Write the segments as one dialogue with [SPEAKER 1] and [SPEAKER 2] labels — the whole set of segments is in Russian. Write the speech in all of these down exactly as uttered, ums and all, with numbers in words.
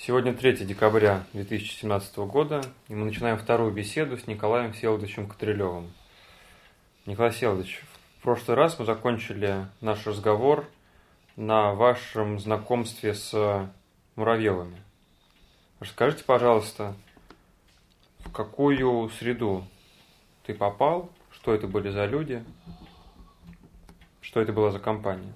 [SPEAKER 1] Сегодня третьего декабря две тысячи семнадцатого года, и мы начинаем вторую беседу с Николаем Всеволодовичем Катрилевым. Николай Всеволодович, в прошлый раз мы закончили наш разговор на вашем знакомстве с Муравьевыми. Расскажите, пожалуйста, в какую среду ты попал, что это были за люди, что это была за компания?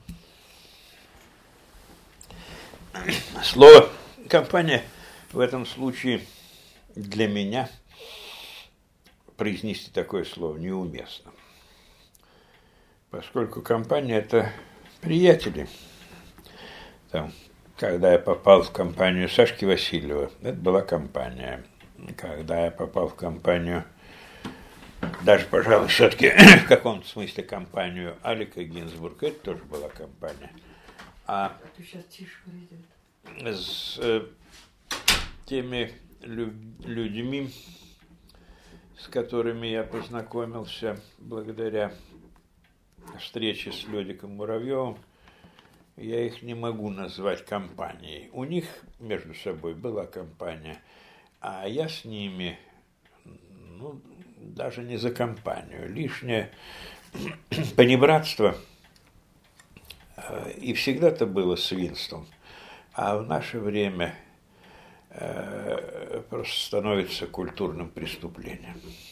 [SPEAKER 2] Слово «компания» в этом случае для меня произнести такое слово неуместно, поскольку компания – это приятели. Там, когда я попал в компанию Сашки Васильева, это была компания. Когда я попал в компанию, даже, пожалуй, все-таки в каком-то смысле компанию Алика Гинзбурга, это тоже была компания. А
[SPEAKER 3] ты сейчас тише говори.
[SPEAKER 2] С э, теми лю- людьми, с которыми я познакомился благодаря встрече с Лёдиком Муравьевым, я их не могу назвать компанией. У них между собой была компания, а я с ними, ну, даже не за компанию. Лишнее понебратство, и всегда-то было свинством. А в наше время э, просто становится культурным преступлением.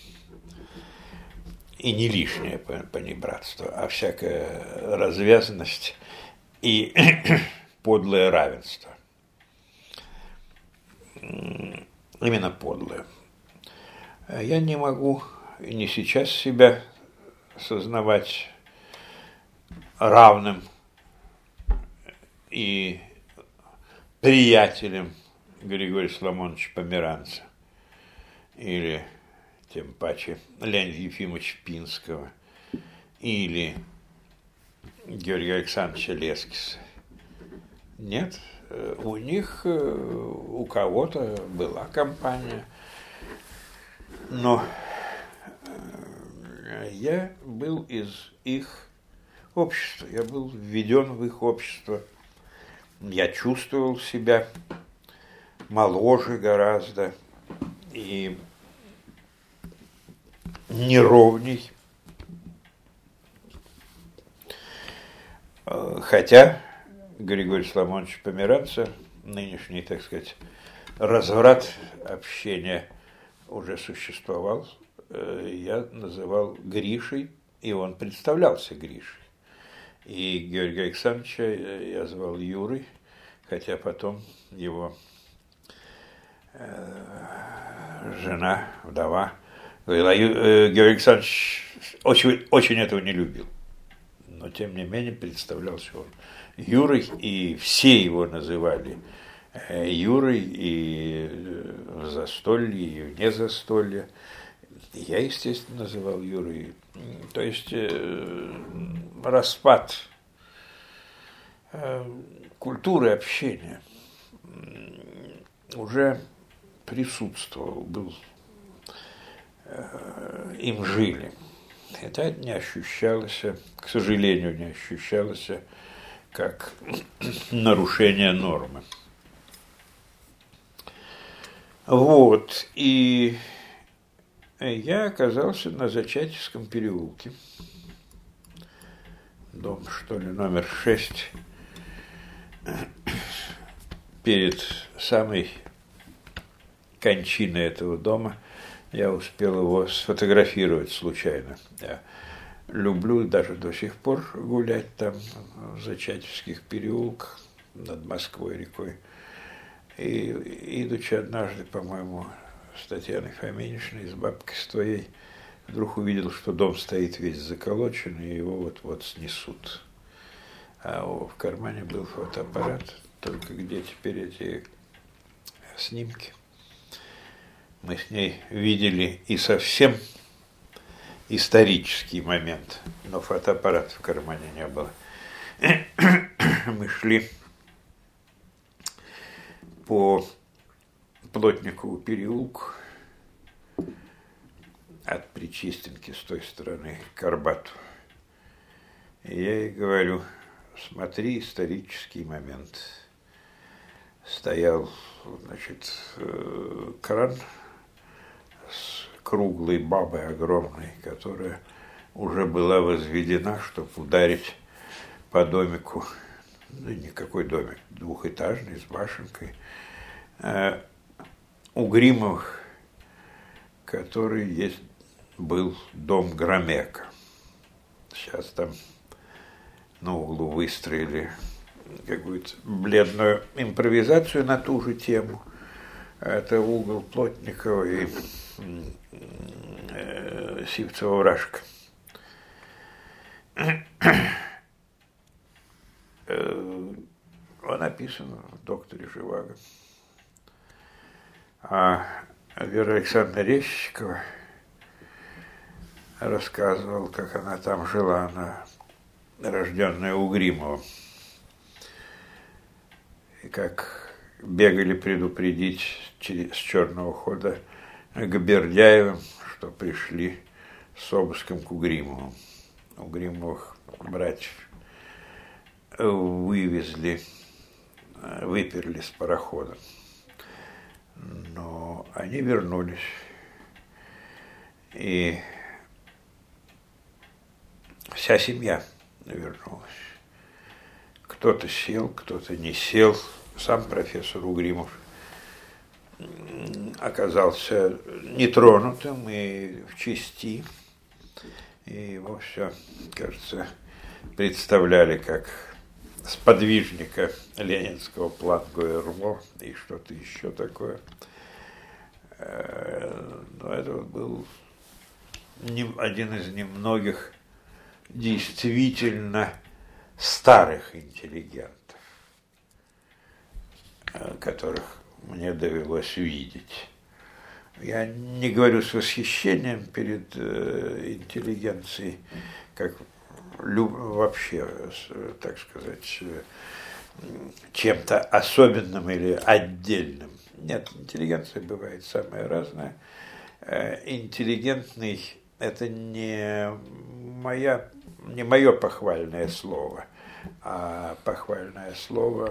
[SPEAKER 2] И не лишнее понебратство, а всякая развязанность и подлое равенство. Именно подлое. Я не могу и не сейчас себя сознавать равным и приятелем Григория Соломоновича Померанца или, тем паче, Леонида Ефимовича Пинского или Георгия Александровича Лескиса. Нет, у них, у кого-то была компания, но я был из их общества, я был введен в их общество. Я чувствовал себя моложе гораздо и неровней. Хотя Григорий Соломонович Померанца, нынешний, так сказать, разврат общения уже существовал, я называл Гришей, и он представлялся Гришей. И Георгия Александровича я звал Юрой, хотя потом его э, жена, вдова, говорила, э, Георгий Александрович очень, очень этого не любил. Но, тем не менее, представлялся он Юрой, и все его называли э, Юрой и в застолье, и вне застолья. Я, естественно, называл Юрой. То есть э, распад э, культуры общения уже присутствовал, был, э, им жили. Это не ощущалось, к сожалению, не ощущалось как нарушение нормы. Вот, и я оказался на Зачатевском переулке, дом, что ли, номер шесть. Перед самой кончиной этого дома я успел его сфотографировать случайно. Я люблю даже до сих пор гулять там, в Зачатевских переулках, над Москвой рекой. И, идучи однажды, по-моему, с Татьяной Фоминишной, с бабкой с твоей, вдруг увидел, что дом стоит весь заколоченный, и его вот-вот снесут. А в кармане был фотоаппарат, только где теперь эти снимки. Мы с ней видели и совсем исторический момент, но фотоаппарата в кармане не было. Мы шли по Плотникову переулку, от Причистенки с той стороны к Арбату. И я ей говорю, смотри, исторический момент. стоял, значит, кран с круглой бабой огромной, которая уже была возведена, чтобы ударить по домику. Ну, никакой домик, двухэтажный, с башенкой. У Гримовых, который есть, был дом Громека. Сейчас там на углу выстроили какую-то бледную импровизацию на ту же тему. Это угол Плотникова и э, Сивцева-Вражка. Он написан в «Докторе Живаго». А Вера Александровна Резчикова рассказывала, как она там жила, она рожденная у Гримова. И как бегали предупредить с черного хода к Бердяевым, что пришли с обыском к Угримову. У Гримовых братьев вывезли, выперли с парохода. Но они вернулись. И вся семья вернулась. Кто-то сел, кто-то не сел. Сам профессор Угримов оказался нетронутым и в чести. И его все, кажется, представляли как сподвижника ленинского плана ГУРМО и что-то еще такое. Но это вот был один из немногих действительно старых интеллигентов, которых мне довелось увидеть. Я не говорю с восхищением перед интеллигенцией, как вообще, так сказать, чем-то особенным или отдельным. Нет, интеллигенция бывает самая разная. Интеллигентный – это не, моя, не мое похвальное слово, а похвальное слово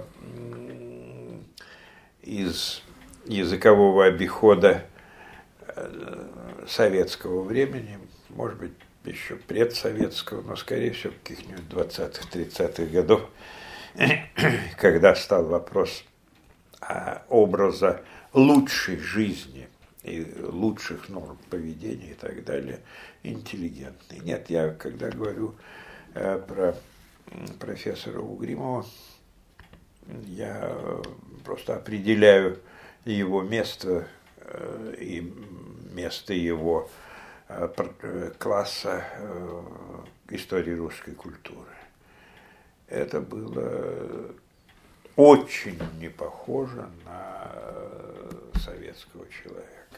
[SPEAKER 2] из языкового обихода советского времени, может быть, еще предсоветского, но, скорее всего, каких-нибудь двадцатых-тридцатых годов, когда стал вопрос образа лучшей жизни и лучших норм поведения и так далее, интеллигентный. Нет, я, когда говорю про профессора Угримова, я просто определяю его место и место его класса истории русской культуры. Это было очень не похоже на советского человека.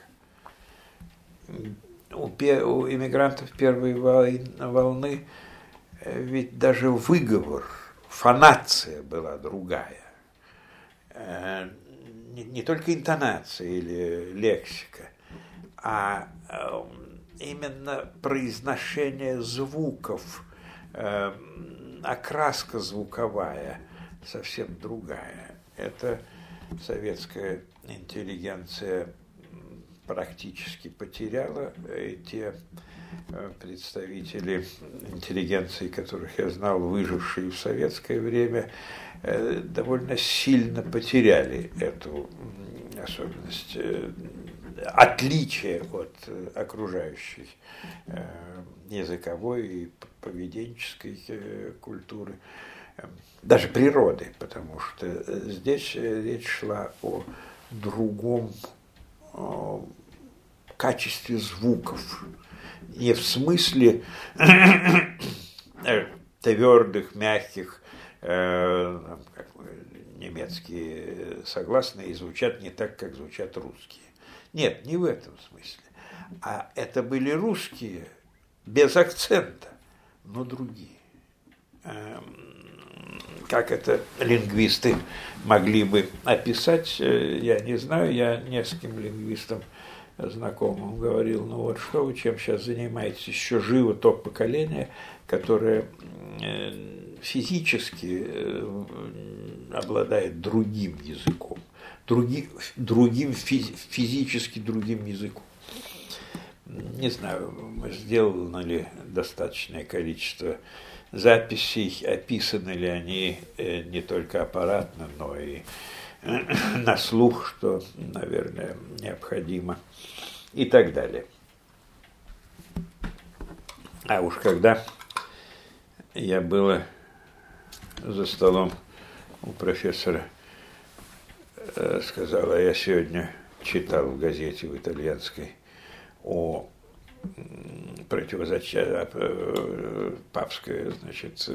[SPEAKER 2] У, у иммигрантов первой волны ведь даже выговор, фонация была другая. Не, не только интонация или лексика, а именно произношение звуков, э, окраска звуковая совсем другая. Это советская интеллигенция практически потеряла. И те представители интеллигенции, которых я знал, выжившие в советское время, э, довольно сильно потеряли эту особенность, э, отличие от окружающей э, языковой и поведенческой э, культуры, э, даже природы, потому что здесь речь шла о другом э, качестве звуков, не в смысле твердых, мягких, э, как немецкие согласные звучат не так, как звучат русские. Нет, не в этом смысле. А это были русские без акцента, но другие. Как это лингвисты могли бы описать, я не знаю, я нескольким лингвистам знакомым говорил, ну вот что вы чем сейчас занимаетесь, еще живо то поколение, которая физически обладает другим языком, другим, другим физически другим языком. Не знаю, сделано ли достаточное количество записей, описаны ли они не только аппаратно, но и на слух, что, наверное, необходимо, и так далее. А уж когда я был за столом у профессора, сказала, я сегодня читал в газете в итальянской о противозачатии, папское, значит,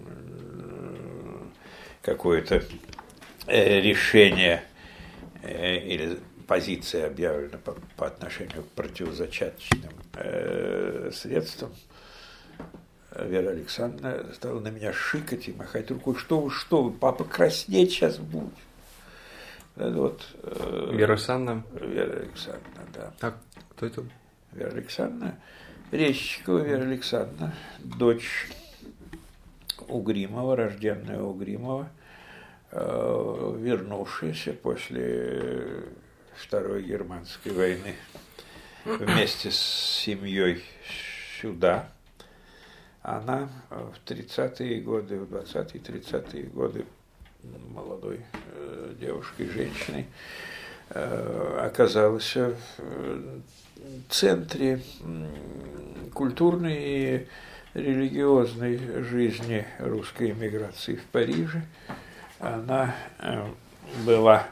[SPEAKER 2] какое-то решение или позиция объявлена по, по отношению к противозачаточным э, средствам. Вера Александровна стала на меня шикать и махать рукой. Что вы, что вы, папа краснеть сейчас будет. Вот,
[SPEAKER 1] э, Вера Александровна?
[SPEAKER 2] Вера Александровна, да.
[SPEAKER 1] А кто это?
[SPEAKER 2] Вера Александровна. Резчикова Вера Александровна, дочь Угримова, рожденная Угримова, э, вернувшаяся после Второй германской войны вместе с семьей сюда. Она в тридцатые годы, в двадцатые тридцатые годы молодой э, девушкой, женщиной, э, оказалась в центре культурной и религиозной жизни русской эмиграции в Париже. Она э, была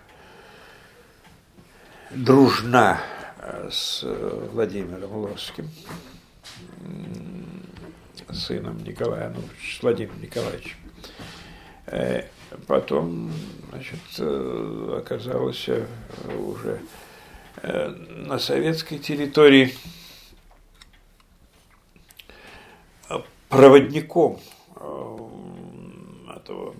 [SPEAKER 2] дружна с Владимиром Лосским, сыном Николая, ну, с Владимиром Николаевичем. Потом, значит, оказалась уже на советской территории проводником этого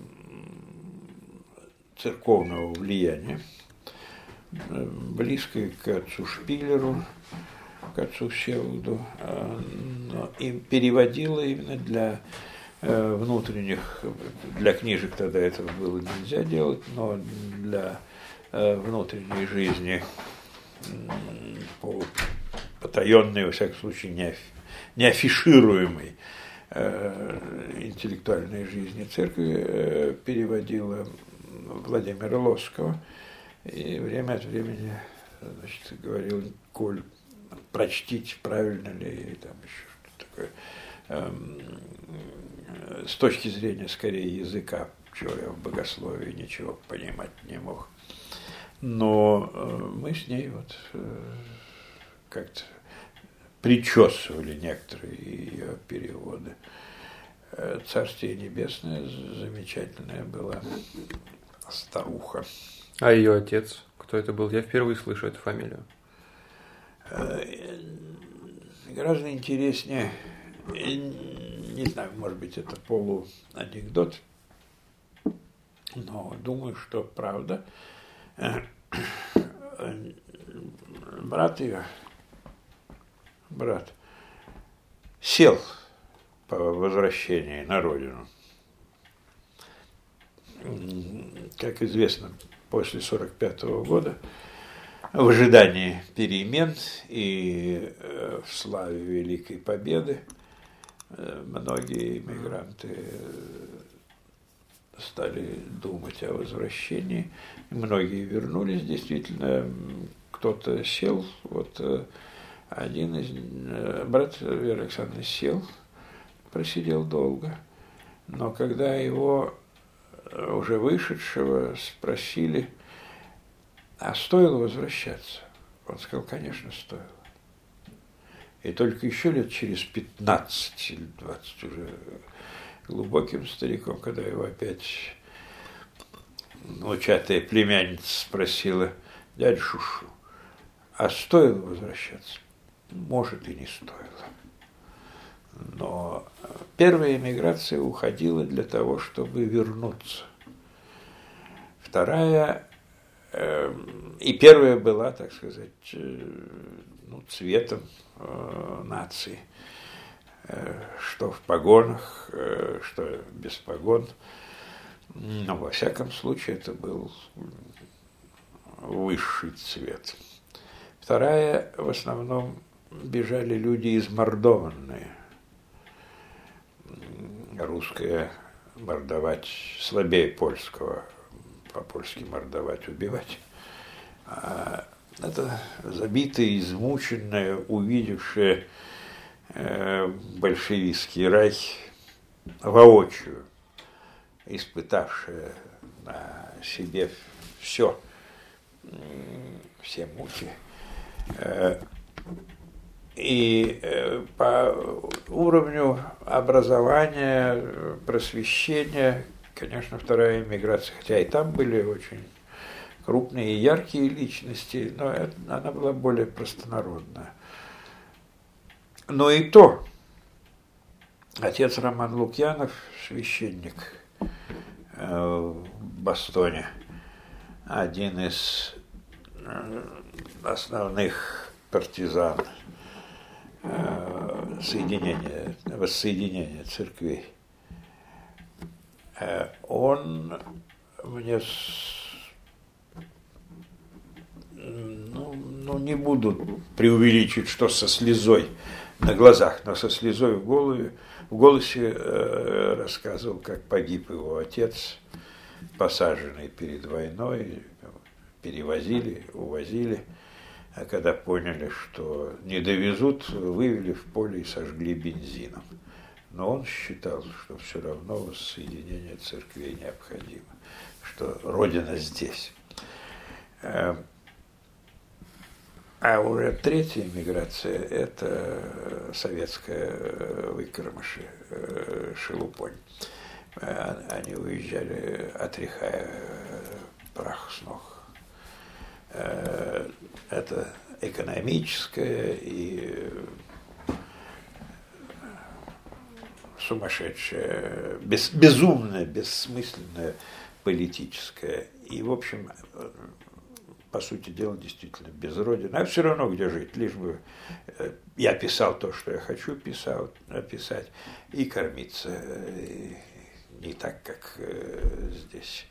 [SPEAKER 2] церковного влияния, близкой к отцу Шпиллеру, к отцу Всеволоду, но им переводила именно для внутренних, для книжек тогда этого было нельзя делать, но для внутренней жизни, потаенной, во всяком случае, не, не афишируемой интеллектуальной жизни церкви переводила Владимира Лосского. И время от времени, значит, говорил, Коль, прочтите, правильно ли, и там еще что-то такое. Эм, с точки зрения, скорее, языка, чего я в богословии ничего понимать не мог. Но э, мы с ней вот э, как-то причесывали некоторые ее переводы. Э, Царствие Небесное замечательная была старуха.
[SPEAKER 1] А ее отец? Кто это был? Я впервые слышу эту фамилию.
[SPEAKER 2] Гораздо интереснее, не знаю, может быть, это полуанекдот, но думаю, что правда. Брат ее, брат, сел по возвращении на родину. Как известно, после сорок пятого года, в ожидании перемен и в славе Великой Победы, многие иммигранты стали думать о возвращении. Многие вернулись, действительно, кто-то сел. Вот один из брат Веры Александровны сел, просидел долго, но когда его уже вышедшего спросили, а стоило возвращаться? Он сказал, конечно, стоило. И только еще лет через пятнадцать или двадцать уже глубоким стариком, когда его опять внучатая племянница спросила, дядя Шушу, а стоило возвращаться? Может, и не стоило. Но первая эмиграция уходила для того, чтобы вернуться. Вторая, э, и первая была, так сказать, э, ну, цветом э, нации. что в погонах, что без погон. Но, во всяком случае, это был высший цвет. Вторая, в основном, бежали люди измордованные. Русское мордовать слабее польского, по-польски мордовать, убивать. А это забитые, измученные, увидевшие э, большевистский рай воочию, испытавшие на себе все, все муки. И по уровню образования, просвещения, конечно, вторая эмиграция, хотя и там были очень крупные и яркие личности, но это, она была более простонародная. Но и то, отец Роман Лукьянов, священник в Бостоне, один из основных партизан соединения, воссоединения церквей. Он мне, ну, ну не буду преувеличить, что со слезой на глазах, но со слезой в голове, в голосе э, рассказывал, как погиб его отец, посаженный перед войной, перевозили, увозили, а когда поняли, что не довезут, вывели в поле и сожгли бензином. Но он считал, что все равно воссоединение церквей необходимо, что Родина здесь. А уже третья миграция – это советская выкормыши, шелупонь. Они уезжали, отряхая прах с ног. Это экономическое и сумасшедшее, без, безумное, бессмысленное политическое. И, в общем, по сути дела, действительно без родины. А все равно где жить, лишь бы я писал то, что я хочу писал, писать, и кормиться не так, как здесь.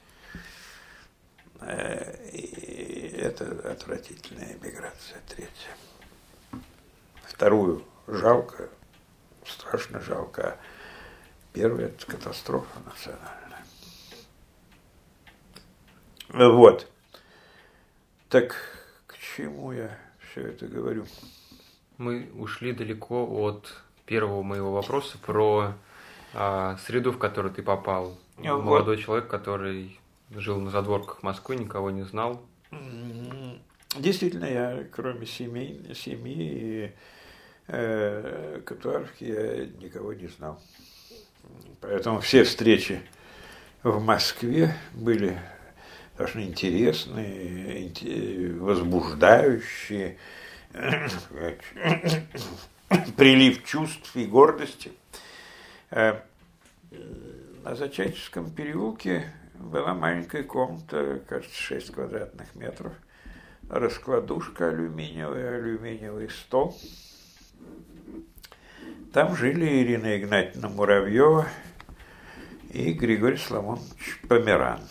[SPEAKER 2] И это отвратительная эмиграция, третья. Вторую жалко, страшно жалко. А первая – это катастрофа национальная. Вот. Так к чему я все это говорю?
[SPEAKER 1] Мы ушли далеко от первого моего вопроса про а, среду, в которую ты попал. Вот. Молодой человек, который жил на задворках Москвы, никого не знал.
[SPEAKER 2] Действительно, я кроме семьи, семьи и э, Котуаровки я никого не знал. Поэтому все встречи в Москве были достаточно интересные, возбуждающие, прилив чувств и гордости. На Зачатчевском переулке была маленькая комната, кажется, шесть квадратных метров, раскладушка алюминиевая, алюминиевый стол. Там жили Ирина Игнатьевна Муравьева и Григорий Соломонович Померанц.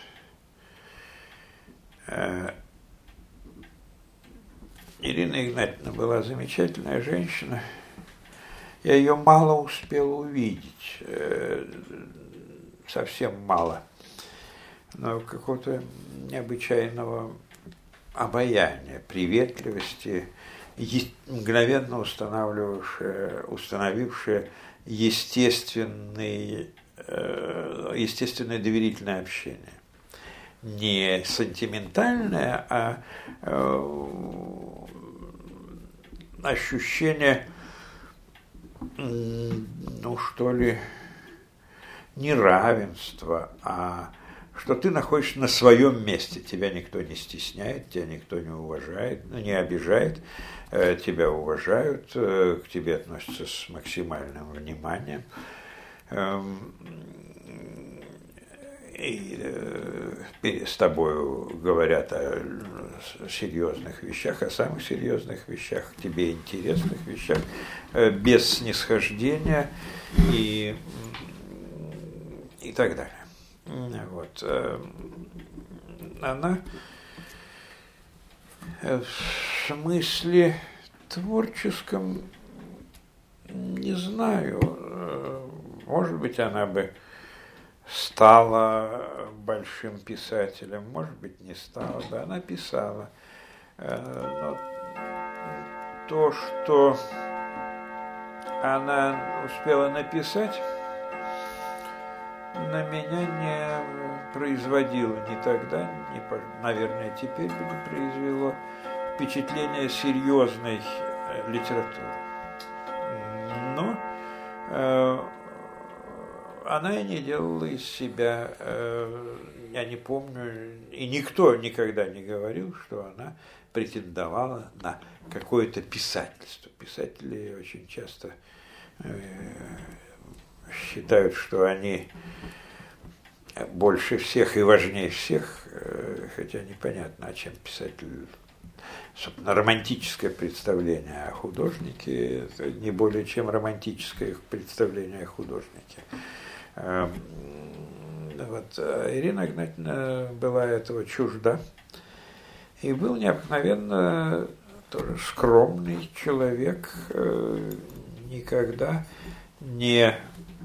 [SPEAKER 2] Ирина Игнатьевна была замечательная женщина. Я ее мало успел увидеть, совсем мало. Но какого-то необычайного обаяния, приветливости, мгновенно устанавливавшее, установившее естественный, естественное доверительное общение. Не сентиментальное, а ощущение, ну что ли, не равенства, а что ты находишься на своем месте, тебя никто не стесняет, тебя никто не уважает, не обижает, тебя уважают, к тебе относятся с максимальным вниманием. и э, с тобой говорят о серьезных вещах, о самых серьезных вещах, тебе интересных вещах, э, без снисхождения и, и так далее. Вот. Э, она в смысле творческом, не знаю, может быть, она бы стала большим писателем, может быть, не стала, да, она писала. Но то, что она успела написать, на меня не производило ни тогда, ни, наверное, теперь бы не произвело впечатление серьезной литературы. Но э, она и не делала из себя, э, я не помню, и никто никогда не говорил, что она претендовала на какое-то писательство. Писатели очень часто э, считают, что они больше всех и важнее всех, э, хотя непонятно, о чем писатель. Собственно, романтическое представление о художнике – это не более чем романтическое представление о художнике. Вот. Ирина Игнатьевна была этого чужда и был необыкновенно тоже скромный человек, никогда не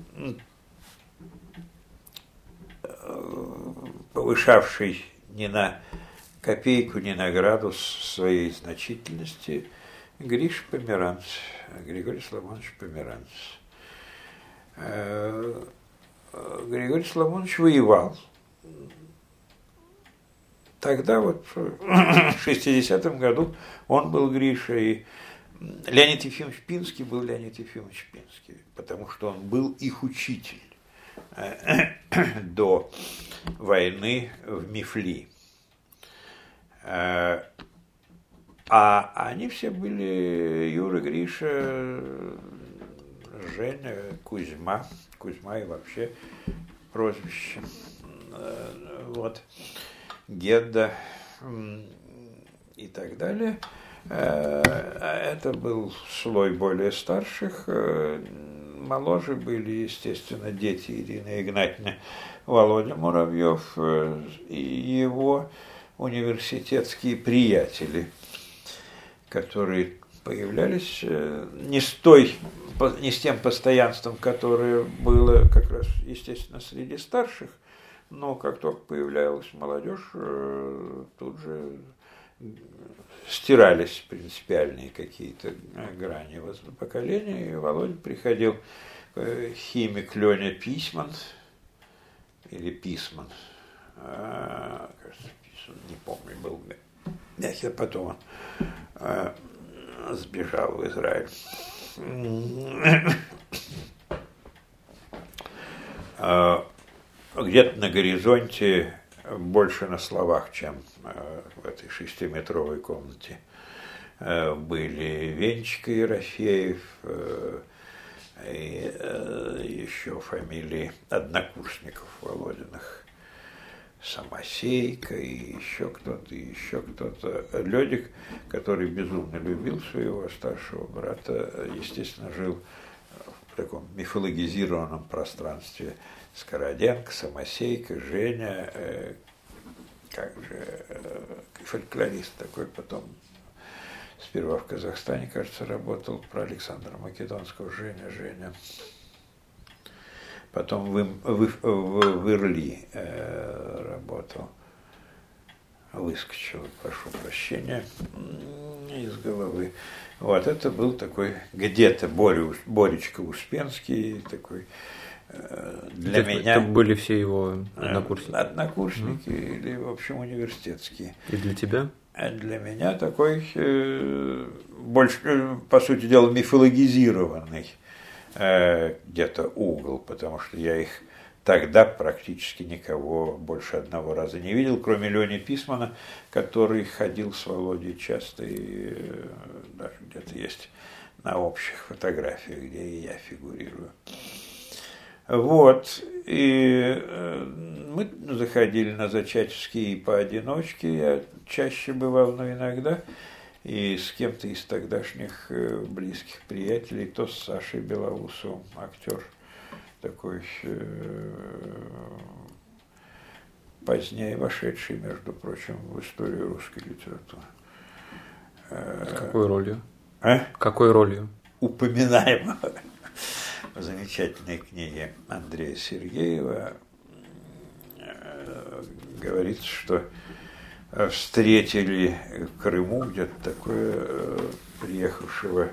[SPEAKER 2] повышавший ни на копейку, ни на градус своей значительности Гриша Померанц, Григорий Соломонович Померанц. Григорий Соломонович воевал. Тогда вот в шестидесятом году он был Гриша, и Леонид Ефимович Пинский был Леонид Ефимович Пинский, потому что он был их учитель до войны в Мифли. А они все были Юра, Гриша, Женя, Кузьма, Кузьма и вообще прозвище. Вот. Гедда и так далее. Это был слой более старших. Моложе были, естественно, дети Ирины Игнатьевны, Володя Муравьев и его университетские приятели, которые появлялись не с той, не с тем постоянством, которое было как раз, естественно, среди старших, но как только появлялась молодежь, тут же стирались принципиальные какие-то грани поколения, и Володя приходил, химик Леня Письман, или Писман, кажется, Писман, не помню, был, я потом он сбежал в Израиль. Где-то на горизонте, больше на словах, чем в этой шестиметровой комнате, были Венчик Ерофеев и еще фамилии однокурсников Володиных, Самосейка и еще кто-то, и еще кто-то. Лёдик, который безумно любил своего старшего брата, естественно, жил в таком мифологизированном пространстве. Скороденко, Самосейка, Женя, э, как же, э, фольклорист такой, потом сперва в Казахстане, кажется, работал, про Александра Македонского, Женя, Женя. Потом в, в, в, в Ирли э, работал, выскочил, прошу прощения, из головы. Вот, это был такой где-то Боря, Боречка Успенский, такой. Для это, меня...
[SPEAKER 1] Это были все его однокурсники?
[SPEAKER 2] Однокурсники mm-hmm. или, в общем, университетские.
[SPEAKER 1] И для тебя?
[SPEAKER 2] А для меня такой, э, больше, э, по сути дела, мифологизированный э, где-то угол, потому что я их тогда практически никого больше одного раза не видел, кроме Лени Писмана, который ходил с Володей часто, и э, даже где-то есть на общих фотографиях, где и я фигурирую. Вот, и мы заходили на Зачатевский поодиночке, я чаще бывал, но иногда, и с кем-то из тогдашних близких приятелей, то с Сашей Белоусовым, актер такой, позднее вошедший, между прочим, в историю русской литературы.
[SPEAKER 1] Какой ролью?
[SPEAKER 2] А?
[SPEAKER 1] Какой ролью?
[SPEAKER 2] Упоминаемого в замечательной книге Андрея Сергеева говорится, что встретили в Крыму где-то такое приехавшего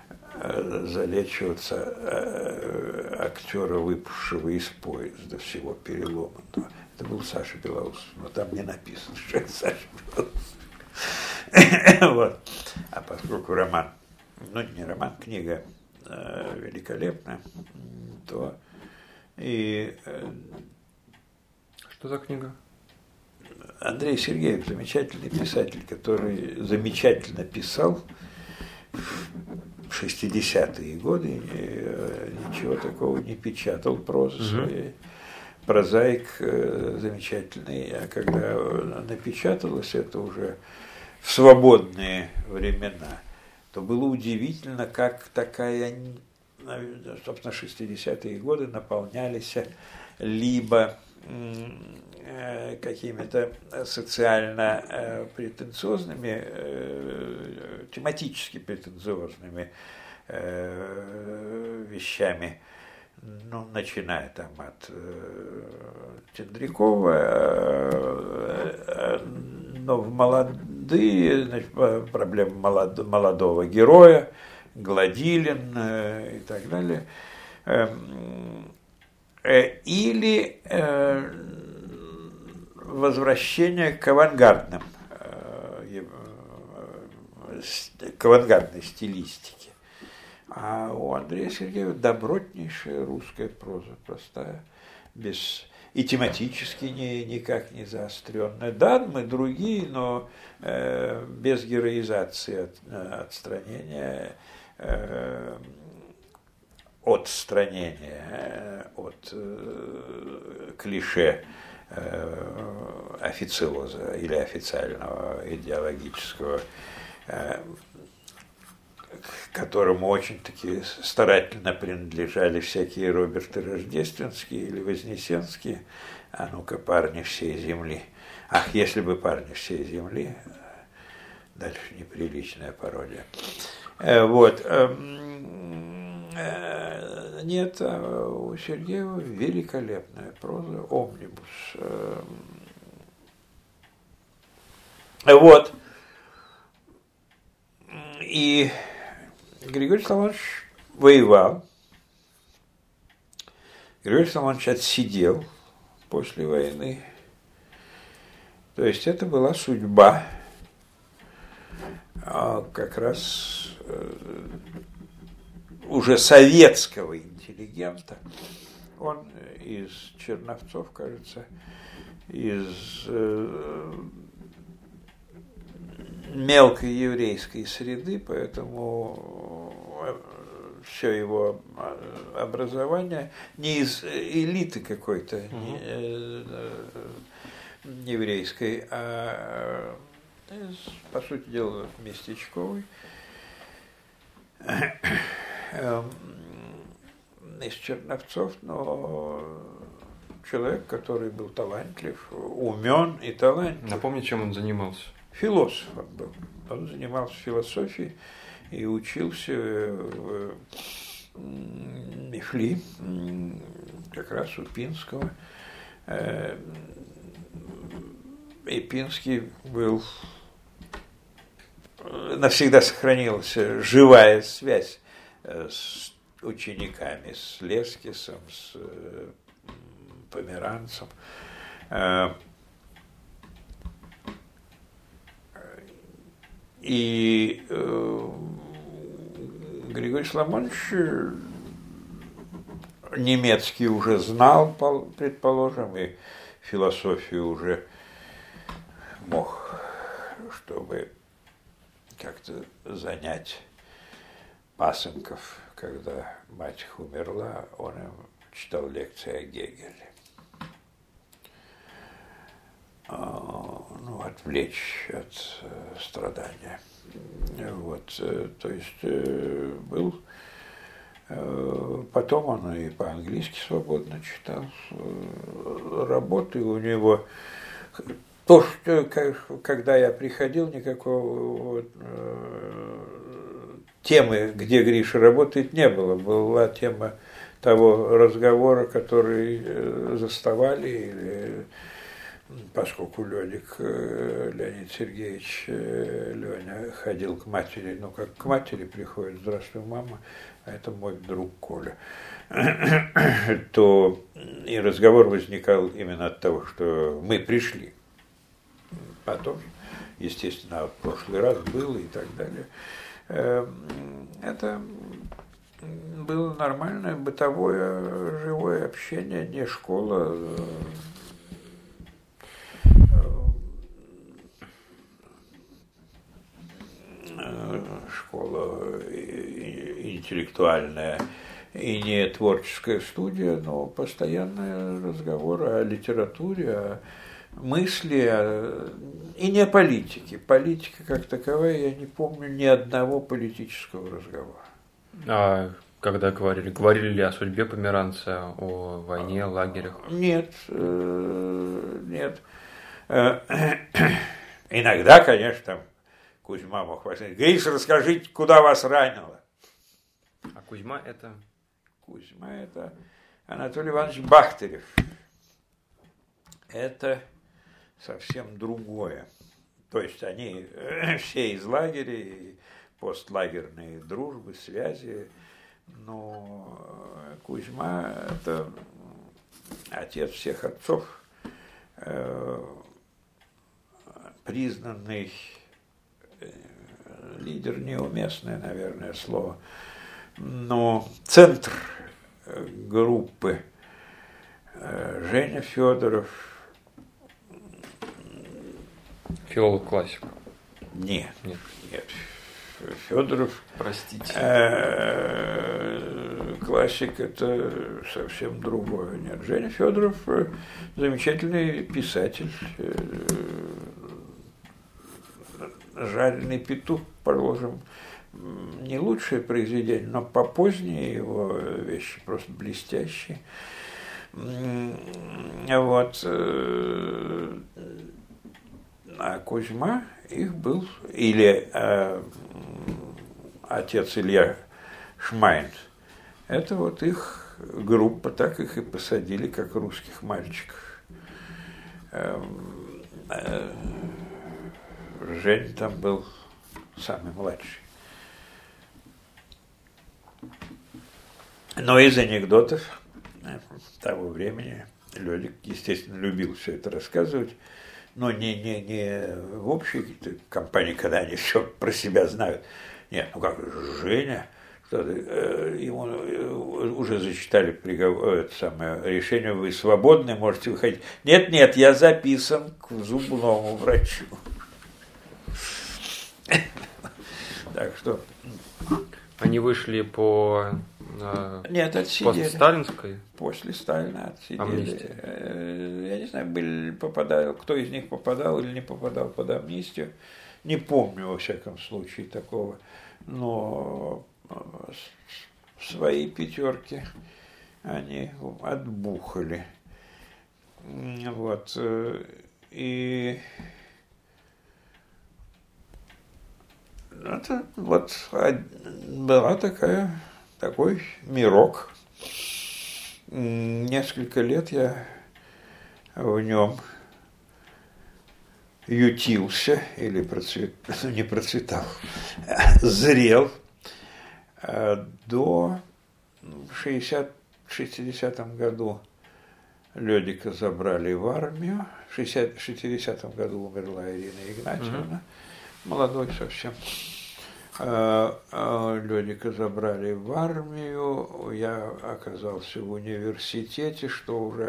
[SPEAKER 2] залечиваться актера, выпавшего из поезда, всего переломанного. Это был Саша Белоусов, но там не написано, что это Саша Белоусов. Вот. А поскольку роман, ну не роман, книга э, великолепная, то и... Э,
[SPEAKER 1] что за книга?
[SPEAKER 2] Андрей Сергеев, замечательный писатель, который замечательно писал в шестидесятые годы, ничего такого не печатал, прозы своей. Прозаик замечательный, а когда напечаталось это уже в свободные времена, то было удивительно, как такая, собственно, шестидесятые годы наполнялись либо какими-то социально претенциозными, тематически претенциозными вещами, ну, начиная там от Тендрякова, но в молодые, значит, проблемы молодого героя, Гладилин и так далее, или возвращение к авангардным, к авангардной стилистике. А у Андрея Сергеева добротнейшая русская проза, простая, без, и тематически не, никак не заостренная. Да, мы другие, но э, без героизации, от, отстранения, э, отстранения от э, клише официоза или официального идеологического, к которому очень-таки старательно принадлежали всякие Роберты Рождественские или Вознесенские. А ну-ка, парни всей земли. Ах, если бы парни всей земли. Дальше неприличная пародия. Вот. Нет, у Сергеева великолепная проза, омнибус. Вот. И Григорий Соломонович воевал. Григорий Соломонович отсидел после войны. То есть это была судьба как раз уже советского интеллигента. Он из Черновцов, кажется, из э, мелкой еврейской среды, поэтому все его образование не из элиты какой-то mm-hmm. не, не еврейской, а из, по сути дела, местечковой. Из Черновцов, но человек, который был талантлив, умен и талантлив.
[SPEAKER 1] Напомни, чем он занимался?
[SPEAKER 2] Философом был. Он занимался философией и учился в Мифли, как раз у Пинского. И Пинский был... Навсегда сохранилась живая связь с учениками, с Лескисом, с Померанцем. И Григорий Соломонович немецкий уже знал, предположим, и философию уже мог, чтобы как-то занять пасынков, когда мать умерла, он им читал лекции о Гегеле. Ну, отвлечь от э, страдания. Вот, э, то есть э, был. Э, потом он и по-английски свободно читал. Э, работы у него. То, что когда я приходил, никакого э, темы, где Гриша работает, не было. Была тема того разговора, который э, заставали или. Поскольку Лёдик, Леонид Сергеевич, Леня ходил к матери, ну, как к матери приходит, здравствуй, мама, а это мой друг Коля, то и разговор возникал именно от того, что мы пришли. Потом, естественно, в прошлый раз было и так далее. Это было нормальное бытовое живое общение, не школа, школа интеллектуальная и не творческая студия, но постоянный разговор о литературе, о мысли, о... и не о политике. Политика как таковая, я не помню ни одного политического разговора.
[SPEAKER 1] А когда говорили, говорили ли о судьбе померанца, о войне, лагерях?
[SPEAKER 2] Нет, нет. Иногда, конечно, там Кузьма мог возьмить. Гриша, расскажите, куда вас ранило?
[SPEAKER 1] А Кузьма это?
[SPEAKER 2] Кузьма это Анатолий Иванович Бахтерев. Это совсем другое. То есть они все из лагеря, постлагерные дружбы, связи. Но Кузьма это отец всех отцов, признанный лидер, неуместное, наверное, слово, но центр группы Женя Федоров.
[SPEAKER 1] Филолог-классик.
[SPEAKER 2] Нет,
[SPEAKER 1] нет,
[SPEAKER 2] нет. Федоров.
[SPEAKER 1] Простите.
[SPEAKER 2] Классик это совсем другое. Нет, Женя Федоров замечательный писатель. «Жареный петух», положим, не лучшее произведение, но по поздние его вещи просто блестящие. Вот. А Кузьма их был, или э, отец Илья Шмайн, это вот их группа, так их и посадили, как русских мальчиков. Э, э, Жень там был самый младший. Но из анекдотов того времени Лёдик, естественно, любил все это рассказывать, но не, не, не в общей компании, когда они все про себя знают. Нет, ну как Женя, ему уже зачитали приговор, это самое решение, вы свободны, можете выходить. Нет, нет, я записан к зубному врачу. Так что...
[SPEAKER 1] Они вышли по...
[SPEAKER 2] Нет, отсидели.
[SPEAKER 1] После сталинской?
[SPEAKER 2] После Сталина отсидели.
[SPEAKER 1] Амнистия.
[SPEAKER 2] Я не знаю, были, попадал, кто из них попадал или не попадал под амнистию. Не помню, во всяком случае, такого. Но свои пятерки они отбухали. Вот. И это вот была такая, такой мирок. Несколько лет я в нем ютился или процвет... не процветал, зрел до шестидесятого, в шестидесятом году Лёдика забрали в армию. В шестидесятом году умерла Ирина Игнатьевна, угу. молодой совсем. Лёдика забрали в армию, я оказался в университете, что уже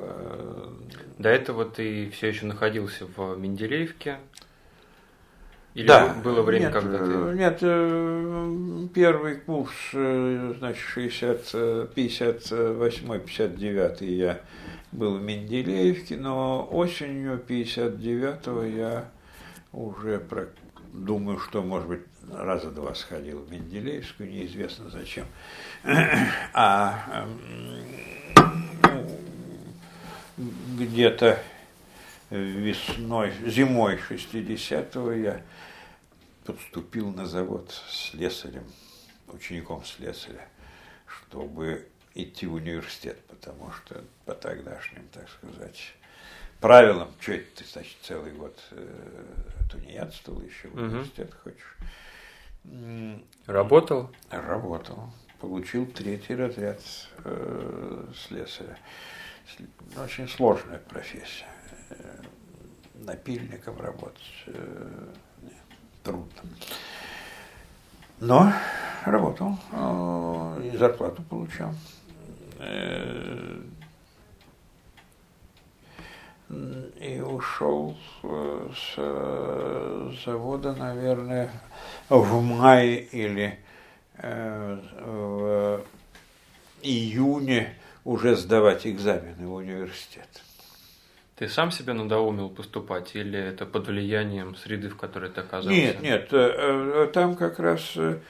[SPEAKER 2] ограничивало.
[SPEAKER 1] До этого ты все еще находился в Менделеевке? Или
[SPEAKER 2] да.
[SPEAKER 1] было время,
[SPEAKER 2] нет,
[SPEAKER 1] когда ты...
[SPEAKER 2] Нет, первый курс, значит, шестьдесят, пятьдесят восьмой пятьдесят девятый я был в Менделеевке, но осенью пятьдесят девятого я уже про... думаю, что, может быть, раза два сходил в Менделеевскую, неизвестно зачем. А где-то весной, зимой шестидесятого я поступил на завод слесарем, учеником слесаря, чтобы идти в университет, потому что по тогдашним, так сказать, правилам, что это ты, значит, целый год э, тунеядствовал, еще в университет угу. хочешь.
[SPEAKER 1] Работал?
[SPEAKER 2] Работал. Получил третий разряд э, слесаря. Очень сложная профессия. Напильником работать э, трудно. Но работал, э, и зарплату получал. Э, и ушел с завода, наверное, в мае или э, в июне уже сдавать экзамены в университет.
[SPEAKER 1] Ты сам себя надоумил поступать, или это под влиянием среды, в которой ты оказался?
[SPEAKER 2] Нет, нет, там как раз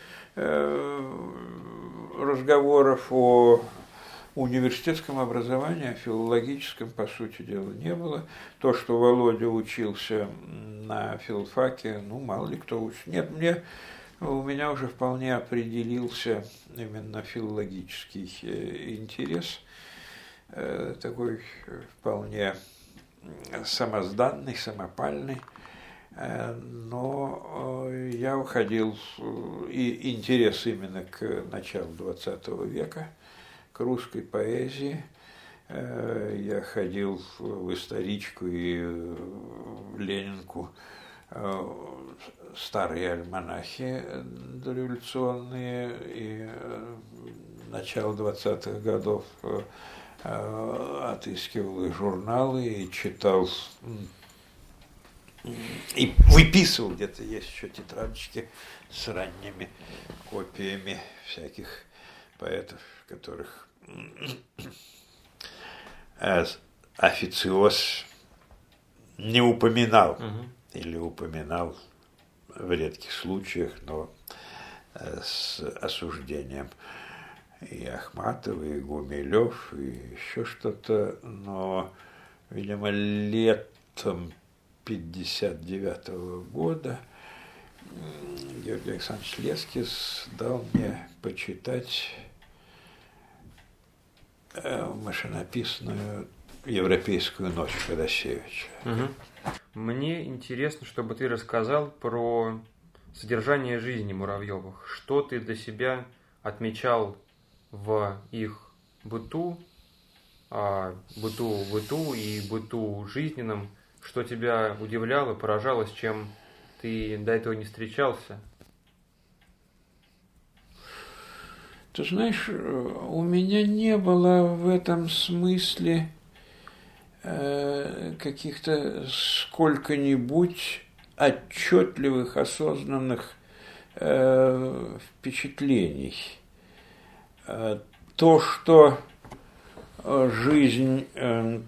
[SPEAKER 2] разговоров о университетском образовании, о филологическом, по сути дела, не было. То, что Володя учился на филфаке, ну, мало ли кто учится. Нет, мне, у меня уже вполне определился именно филологический интерес, такой вполне самозданный, самопальный, но я уходил, и интерес именно к началу двадцатого века, к русской поэзии. Я ходил в историчку и в Ленинку, старые альманахи дореволюционные, и начало двадцатых годов отыскивал и журналы, и читал, и выписывал, где-то есть еще тетрадочки с ранними копиями всяких поэтов, которых официоз не упоминал, угу. или упоминал в редких случаях, но с осуждением. И Ахматова, и Гумилев, и еще что-то, но, видимо, летом пятьдесят девятого года Георгий Александрович Лескис дал мне почитать машинописную «Европейскую ночь» Ходосевича.
[SPEAKER 1] Угу. Мне интересно, чтобы ты рассказал про содержание жизни Муравьевых. Что ты для себя отмечал в их быту, а, быту быту и быту жизненном, что тебя удивляло, поражало, с чем ты до этого не встречался?
[SPEAKER 2] Ты знаешь, у меня не было в этом смысле э, каких-то сколько-нибудь отчетливых, осознанных э, впечатлений. То, что жизнь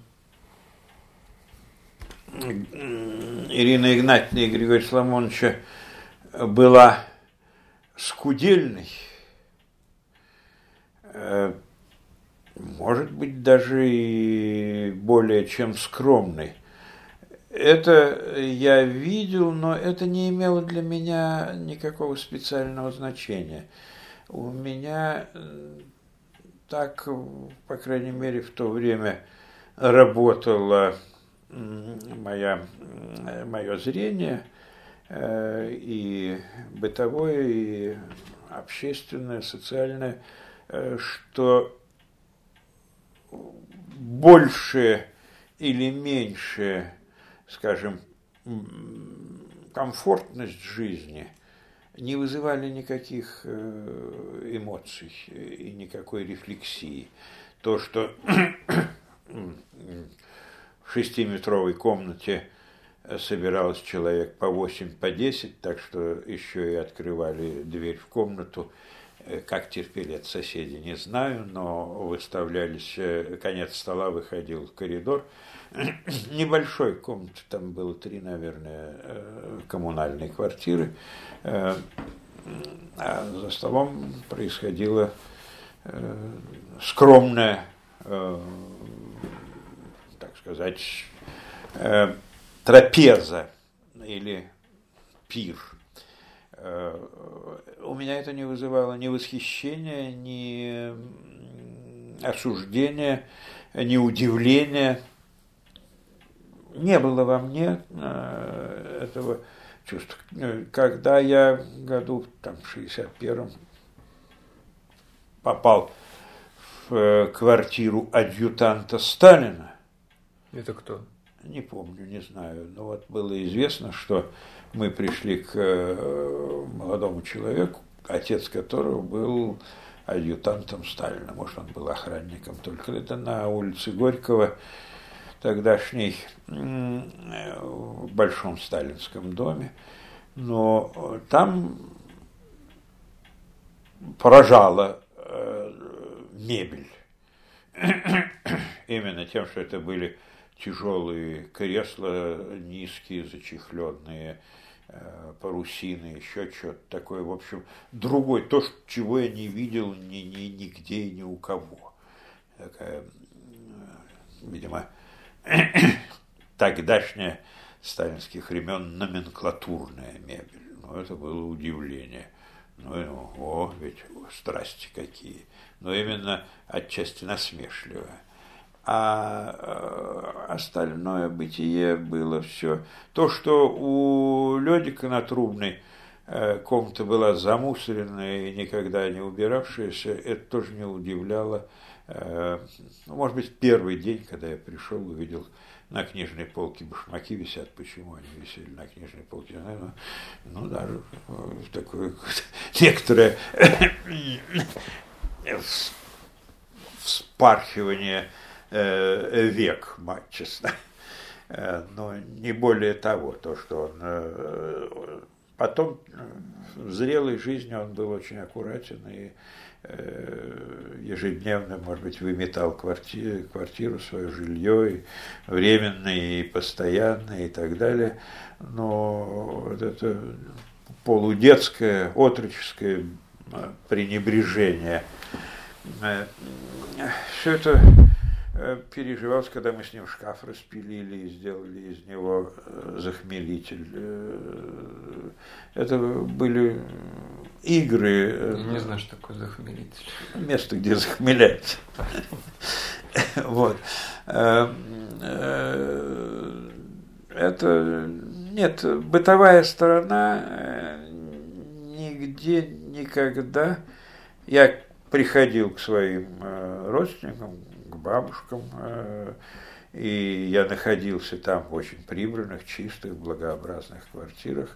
[SPEAKER 2] Ирины Игнатьевны и Григория Соломоновича была скудельной, может быть, даже и более чем скромной. Это я видел, но это не имело для меня никакого специального значения. У меня так, по крайней мере, в то время работало моя, мое зрение, и бытовое, и общественное, социальное, что больше или меньше, скажем, комфортность жизни не вызывали никаких эмоций и никакой рефлексии. То, что в шестиметровой комнате собиралось человек по восемь, по десять, так что еще и открывали дверь в комнату. Как терпели это соседи, не знаю, но выставлялись, конец стола выходил в коридор. Небольшой комнаты, там было три, наверное, коммунальные квартиры. А за столом происходило скромное, так сказать, трапеза или пир. У меня это не вызывало ни восхищения, ни осуждения, ни удивления. Не было во мне этого чувства. Когда я году там, в шестьдесят первом попал в квартиру адъютанта Сталина.
[SPEAKER 1] Это кто?
[SPEAKER 2] Не помню, не знаю. Но вот было известно, что мы пришли к молодому человеку, отец которого был адъютантом Сталина. Может, он был охранником. Только это на улице Горького, тогдашней, в большом сталинском доме. Но там поражала мебель. Именно тем, что это были тяжелые кресла, низкие, зачехленные, парусины, еще что-то такое. В общем, другой, то, чего я не видел ни, ни, нигде и ни у кого. Такая, видимо, тогдашняя сталинских времен номенклатурная мебель. Ну, это было удивление. Ну, о, ведь страсти какие. Но именно отчасти насмешливое. А остальное бытие было все. То, что у Лёдика на Трубной комната была замусоренная и никогда не убиравшаяся, это тоже не удивляло. Может быть, первый день, когда я пришел, увидел на книжной полке башмаки висят. Почему они висели на книжной полке? Ну, ну даже такое некоторое вспархивание век, мать честно. Но не более того, то, что он потом в зрелой жизни он был очень аккуратен и ежедневно, может быть, выметал квартиру, квартиру, свое жилье, и временное, и постоянное, и так далее. Но вот это полудетское, отроческое пренебрежение, все это переживалось, когда мы с ним шкаф распилили и сделали из него захмелитель. Это были игры.
[SPEAKER 1] Я не знаю, что такое захмелитель.
[SPEAKER 2] Место, где захмеляется. Вот. Это, нет, бытовая сторона нигде, никогда. Я приходил к своим родственникам, к бабушкам, и я находился там в очень прибранных, чистых, благообразных квартирах,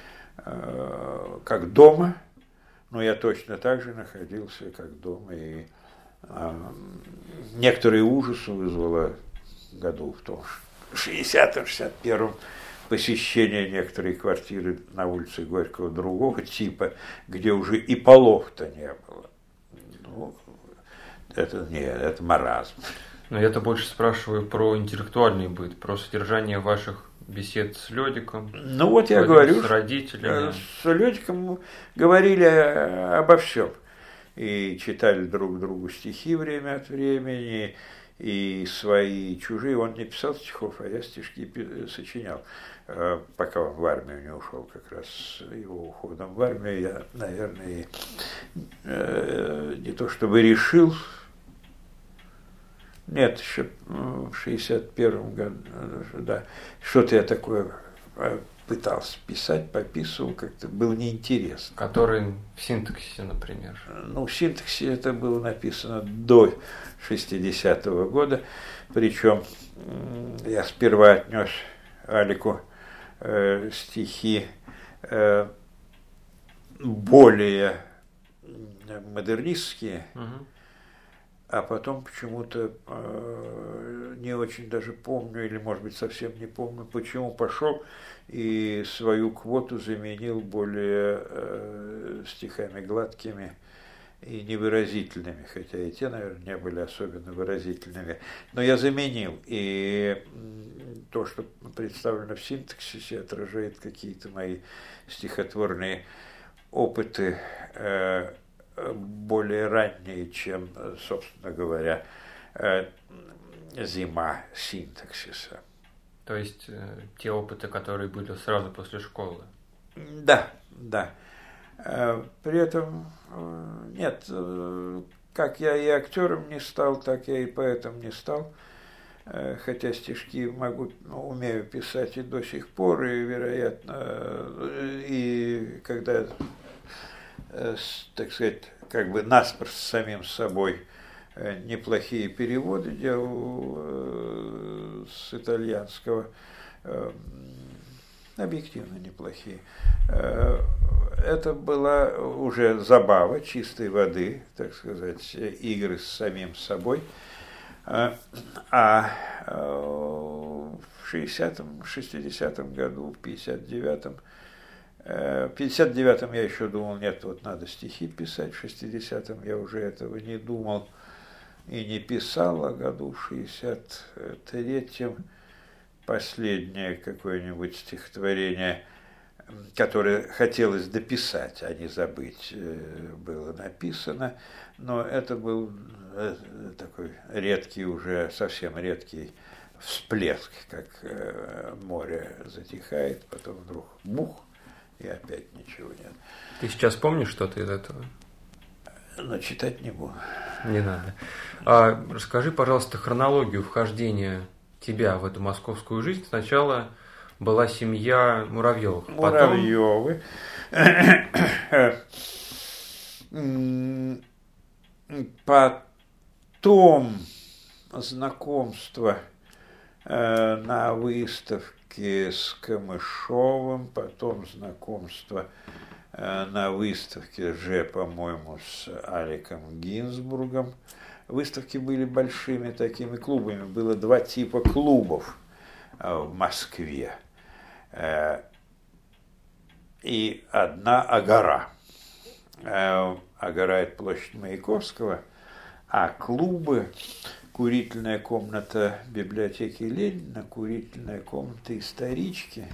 [SPEAKER 2] как дома, но я точно так же находился как дома, и некоторые ужасы вызвало году в том шестидесятом, шестьдесят первом посещение некоторой квартиры на улице Горького другого типа, где уже и полов-то не было. Ну, это нет, это маразм.
[SPEAKER 1] Но я-то больше спрашиваю про интеллектуальный быт, про содержание ваших бесед с Лёдиком.
[SPEAKER 2] Ну вот я говорю,
[SPEAKER 1] с родителями.
[SPEAKER 2] С Лёдиком говорили обо всем. И читали друг другу стихи время от времени, и свои, и чужие. Он не писал стихов, а я стишки сочинял. Пока он в армию не ушел, как раз с его уходом в армию, я, наверное, не то чтобы решил. Нет, еще в шестьдесят первом году, да, что-то я такое пытался писать, пописывал, как-то было неинтересно.
[SPEAKER 1] Который в синтаксисе, например.
[SPEAKER 2] Ну, в синтаксисе это было написано до шестидесятого года, причем я сперва отнес Алику э, стихи э, более модернистские, угу. а потом почему-то э, не очень даже помню, или, может быть, совсем не помню, почему пошел и свою квоту заменил более э, стихами гладкими и невыразительными, хотя и те, наверное, не были особенно выразительными. Но я заменил, и то, что представлено в синтаксисе, отражает какие-то мои стихотворные опыты, э, более ранние, чем, собственно говоря, зима синтаксиса.
[SPEAKER 1] То есть те опыты, которые были сразу после школы?
[SPEAKER 2] Да, да. При этом, нет, как я и актером не стал, так я и поэтом не стал. Хотя стишки могу, ну, умею писать и до сих пор, и, вероятно, и когда, так сказать, как бы наспор с самим собой неплохие переводы делал с итальянского, объективно неплохие. Это была уже забава чистой воды, так сказать, игры с самим собой. А в шестидесятом, шестидесятом году, в пятьдесят девятом, в пятьдесят девятом я еще думал, нет, вот надо стихи писать, в шестидесятом я уже этого не думал и не писал, а году в шестьдесят третьем последнее какое-нибудь стихотворение, которое хотелось дописать, а не забыть, было написано, но это был такой редкий, уже совсем редкий всплеск, как море затихает, потом вдруг бух, и опять ничего нет.
[SPEAKER 1] Ты сейчас помнишь что-то из этого?
[SPEAKER 2] Но читать не буду.
[SPEAKER 1] Не надо. А расскажи, пожалуйста, хронологию вхождения тебя в эту московскую жизнь. Сначала была семья Муравьевых.
[SPEAKER 2] Муравьевы. Потом знакомство на выставке с Камышовым, потом знакомство на выставке же, по-моему, с Аликом Гинзбургом. Выставки были большими такими клубами. Было два типа клубов в Москве. И одна Агора. Агора – это площадь Маяковского, а клубы – курительная комната библиотеки Ленина, курительная комната Исторички,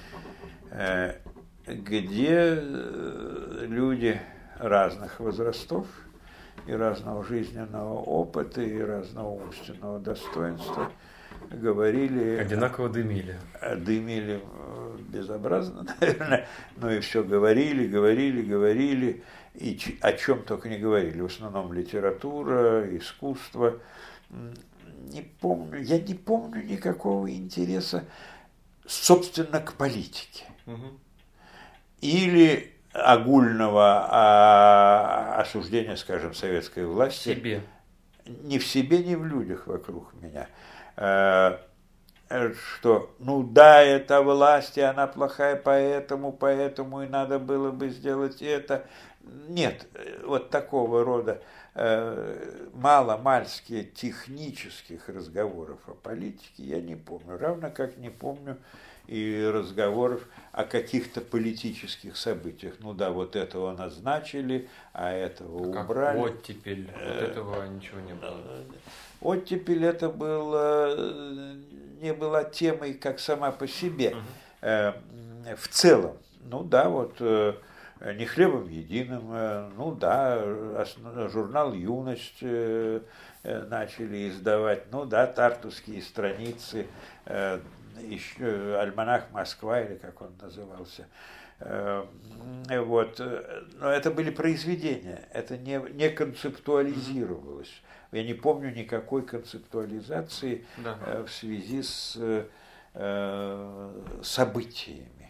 [SPEAKER 2] где люди разных возрастов и разного жизненного опыта, и разного умственного достоинства говорили...
[SPEAKER 1] Одинаково дымили.
[SPEAKER 2] Дымили безобразно, наверное, но и все говорили, говорили, говорили, и о чем только не говорили. В основном литература, искусство. Не помню, я не помню никакого интереса, собственно, к политике. Угу. Или огульного а, осуждения, скажем, советской власти.
[SPEAKER 1] В себе.
[SPEAKER 2] Ни в себе, ни в людях вокруг меня. А, что, ну да, это власть, и она плохая, поэтому, поэтому и надо было бы сделать это. Нет, вот такого рода э, мало-мальски технических разговоров о политике я не помню. Равно как не помню и разговоров о каких-то политических событиях. Ну да, вот этого назначили, а этого
[SPEAKER 1] как
[SPEAKER 2] убрали.
[SPEAKER 1] Оттепель, вот этого ничего не было.
[SPEAKER 2] Оттепель это было, не была темой как сама по себе. Угу. В целом, ну да, вот не хлебом единым, ну да, журнал «Юность» начали издавать, ну да, тартусские страницы, еще альманах «Москва», или как он назывался. Вот. Но это были произведения, это не, не концептуализировалось. Я не помню никакой концептуализации да. в связи с э, событиями.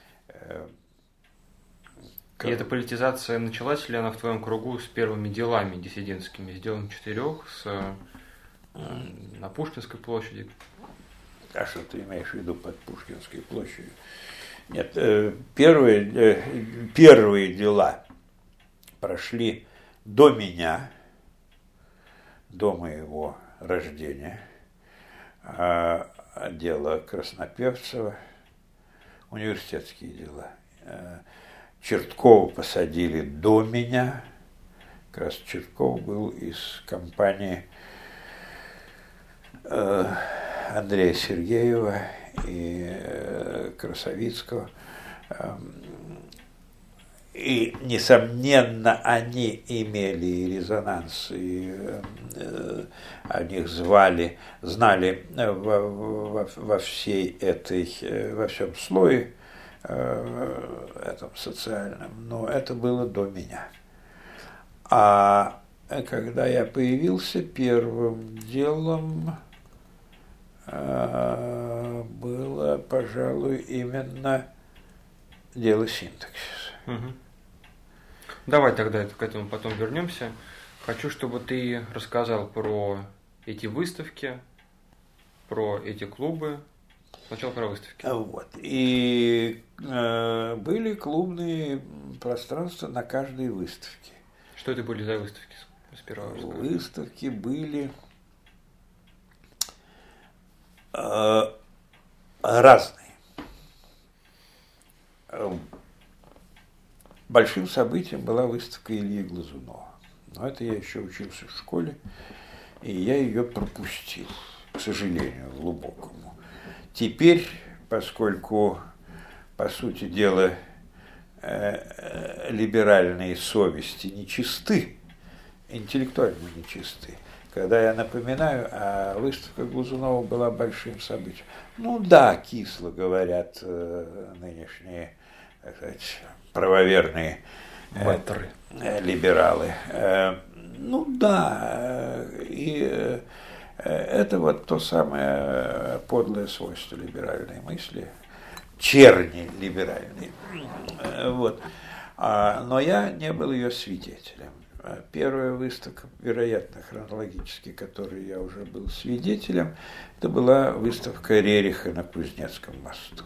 [SPEAKER 1] И эта политизация началась ли она в твоем кругу с первыми делами диссидентскими, с делом четырех, с, э, на Пушкинской площади?
[SPEAKER 2] А что ты имеешь в виду под Пушкинской площадью? Нет, э, первые, э, первые дела прошли до меня, до моего рождения. А дело Краснопевцева, университетские дела. Черткова посадили до меня. Как раз Чертков был из компании Андрея Сергеева и Красовицкого. И, несомненно, они имели резонанс, и э, о них звали, знали во, во, во всей этой, во всем слое э, этом социальном, но это было до меня. А когда я появился, первым делом э, было, пожалуй, именно дело синтаксиса.
[SPEAKER 1] Угу. Давай тогда к этому потом вернемся. Хочу, чтобы ты рассказал про эти выставки, про эти клубы. Сначала про выставки.
[SPEAKER 2] Вот. И э, были клубные пространства на каждой выставке.
[SPEAKER 1] Что это были за выставки? Сперва
[SPEAKER 2] выставки были э, разные. Большим событием была выставка Ильи Глазунова. Но это я еще учился в школе, и я ее пропустил, к сожалению, глубокому. Теперь, поскольку, по сути дела, э, либеральные совести нечисты, интеллектуально нечисты, когда я напоминаю, а выставка Глазунова была большим событием. Ну да, кисло говорят э, нынешние, так сказать, правоверные
[SPEAKER 1] Баттеры.
[SPEAKER 2] э, либералы. Э, ну да, э, и э, это вот то самое подлое свойство либеральной мысли, черни либеральной. Э, вот. А, но я не был ее свидетелем. Первая выставка, вероятно, хронологически, которой я уже был свидетелем, это была выставка Рериха на Кузнецком мосту.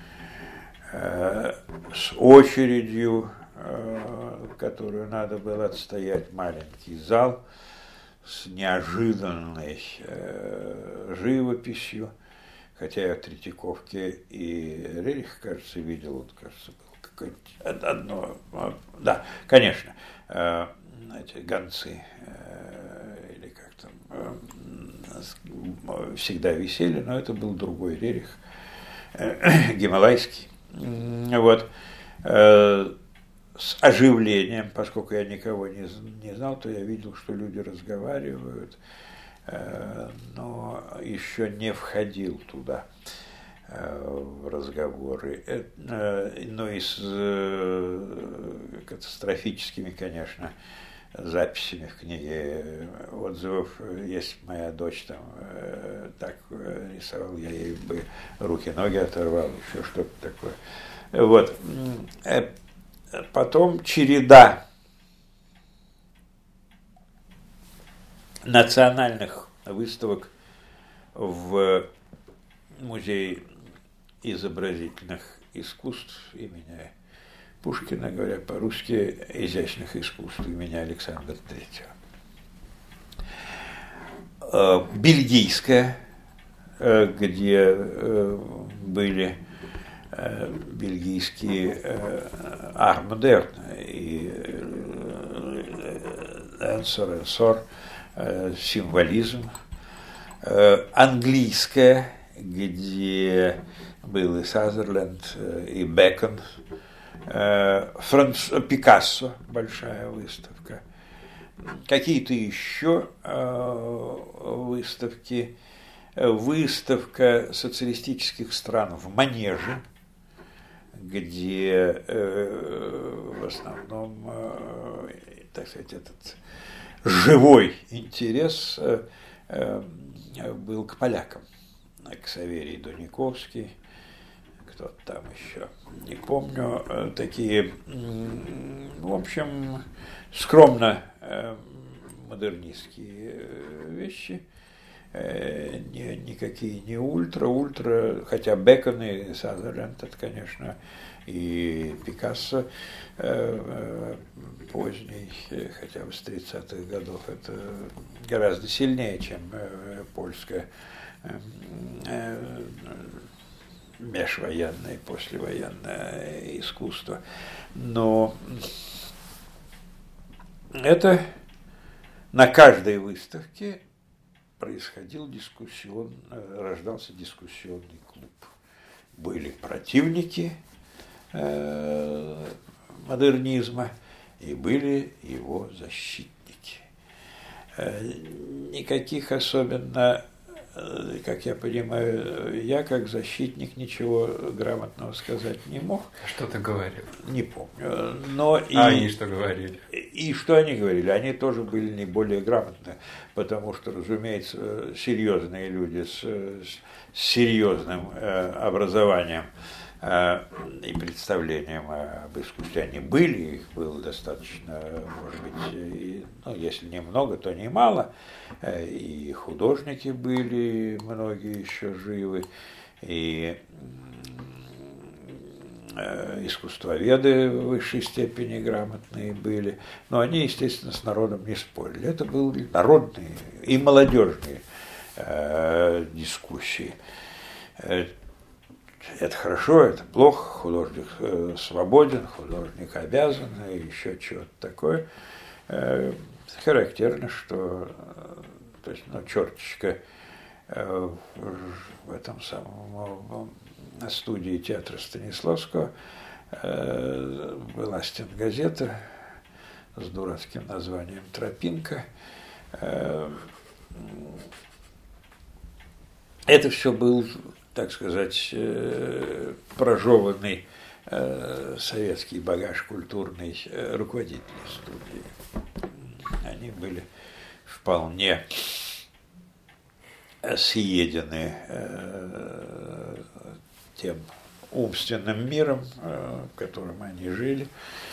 [SPEAKER 2] С очередью, которую надо было отстоять, маленький зал, с неожиданной живописью, хотя я в Третьяковке и Рерих, кажется, видел, вот, кажется, был какое-то одно, да, конечно, эти гонцы, или как там, всегда висели, но это был другой Рерих, гималайский. Вот. С оживлением, поскольку я никого не, не знал, то я видел, что люди разговаривают, но еще не входил туда в разговоры. Но и с катастрофическими, конечно, записями в книге отзывов. Если моя дочь там так рисовала, я ей бы руки-ноги оторвал, еще что-то такое. Вот. Потом череда национальных выставок в Музее изобразительных искусств имени Пушкина, говоря по-русски, изящных искусств имени Александра Третьего. Бельгийская, где были бельгийские ар-модерн и энсор-энсор, символизм. Английская, где был и Сазерленд, и Бэкон. Франц... Пикассо, большая выставка. Какие-то еще выставки. Выставка социалистических стран в Манеже, где в основном, так сказать, этот живой интерес был к полякам, к Саверий Дуниковский, кто-то там еще, не помню, такие, в общем, скромно модернистские вещи. ни, никакие не ультра, ультра, хотя Бекон и Сазерленд, это, конечно, и Пикассо поздний, хотя бы с тридцатых годов, это гораздо сильнее, чем польское межвоенное и послевоенное искусство. Но это на каждой выставке происходил дискуссион, рождался дискуссионный клуб. Были противники э, модернизма и были его защитники. Э, никаких особенно, э, как я понимаю, я как защитник ничего грамотного сказать не мог.
[SPEAKER 1] Что ты говорил?
[SPEAKER 2] Не помню. Но и,
[SPEAKER 1] а они что говорили?
[SPEAKER 2] И что они говорили? Они тоже были не более грамотны, потому что, разумеется, серьезные люди с, с серьезным э, образованием э, и представлением об искусстве они были, их было достаточно, может быть, и, ну, если не много, то немало, э, и художники были, многие еще живы, и искусствоведы в высшей степени грамотные были, но они, естественно, с народом не спорили. Это были народные и молодежные э, дискуссии. Это хорошо, это плохо, художник э, свободен, художник обязан, и еще чего-то такое. Э, характерно, что э, то есть, ну, черточка э, в этом самом на студии театра Станиславского э, была стенгазета с дурацким названием «Тропинка». Э, это все был, так сказать, э, прожеванный э, советский багаж культурный э, руководителей студии. Они были вполне съедены э, тем умственным миром, в котором они жили.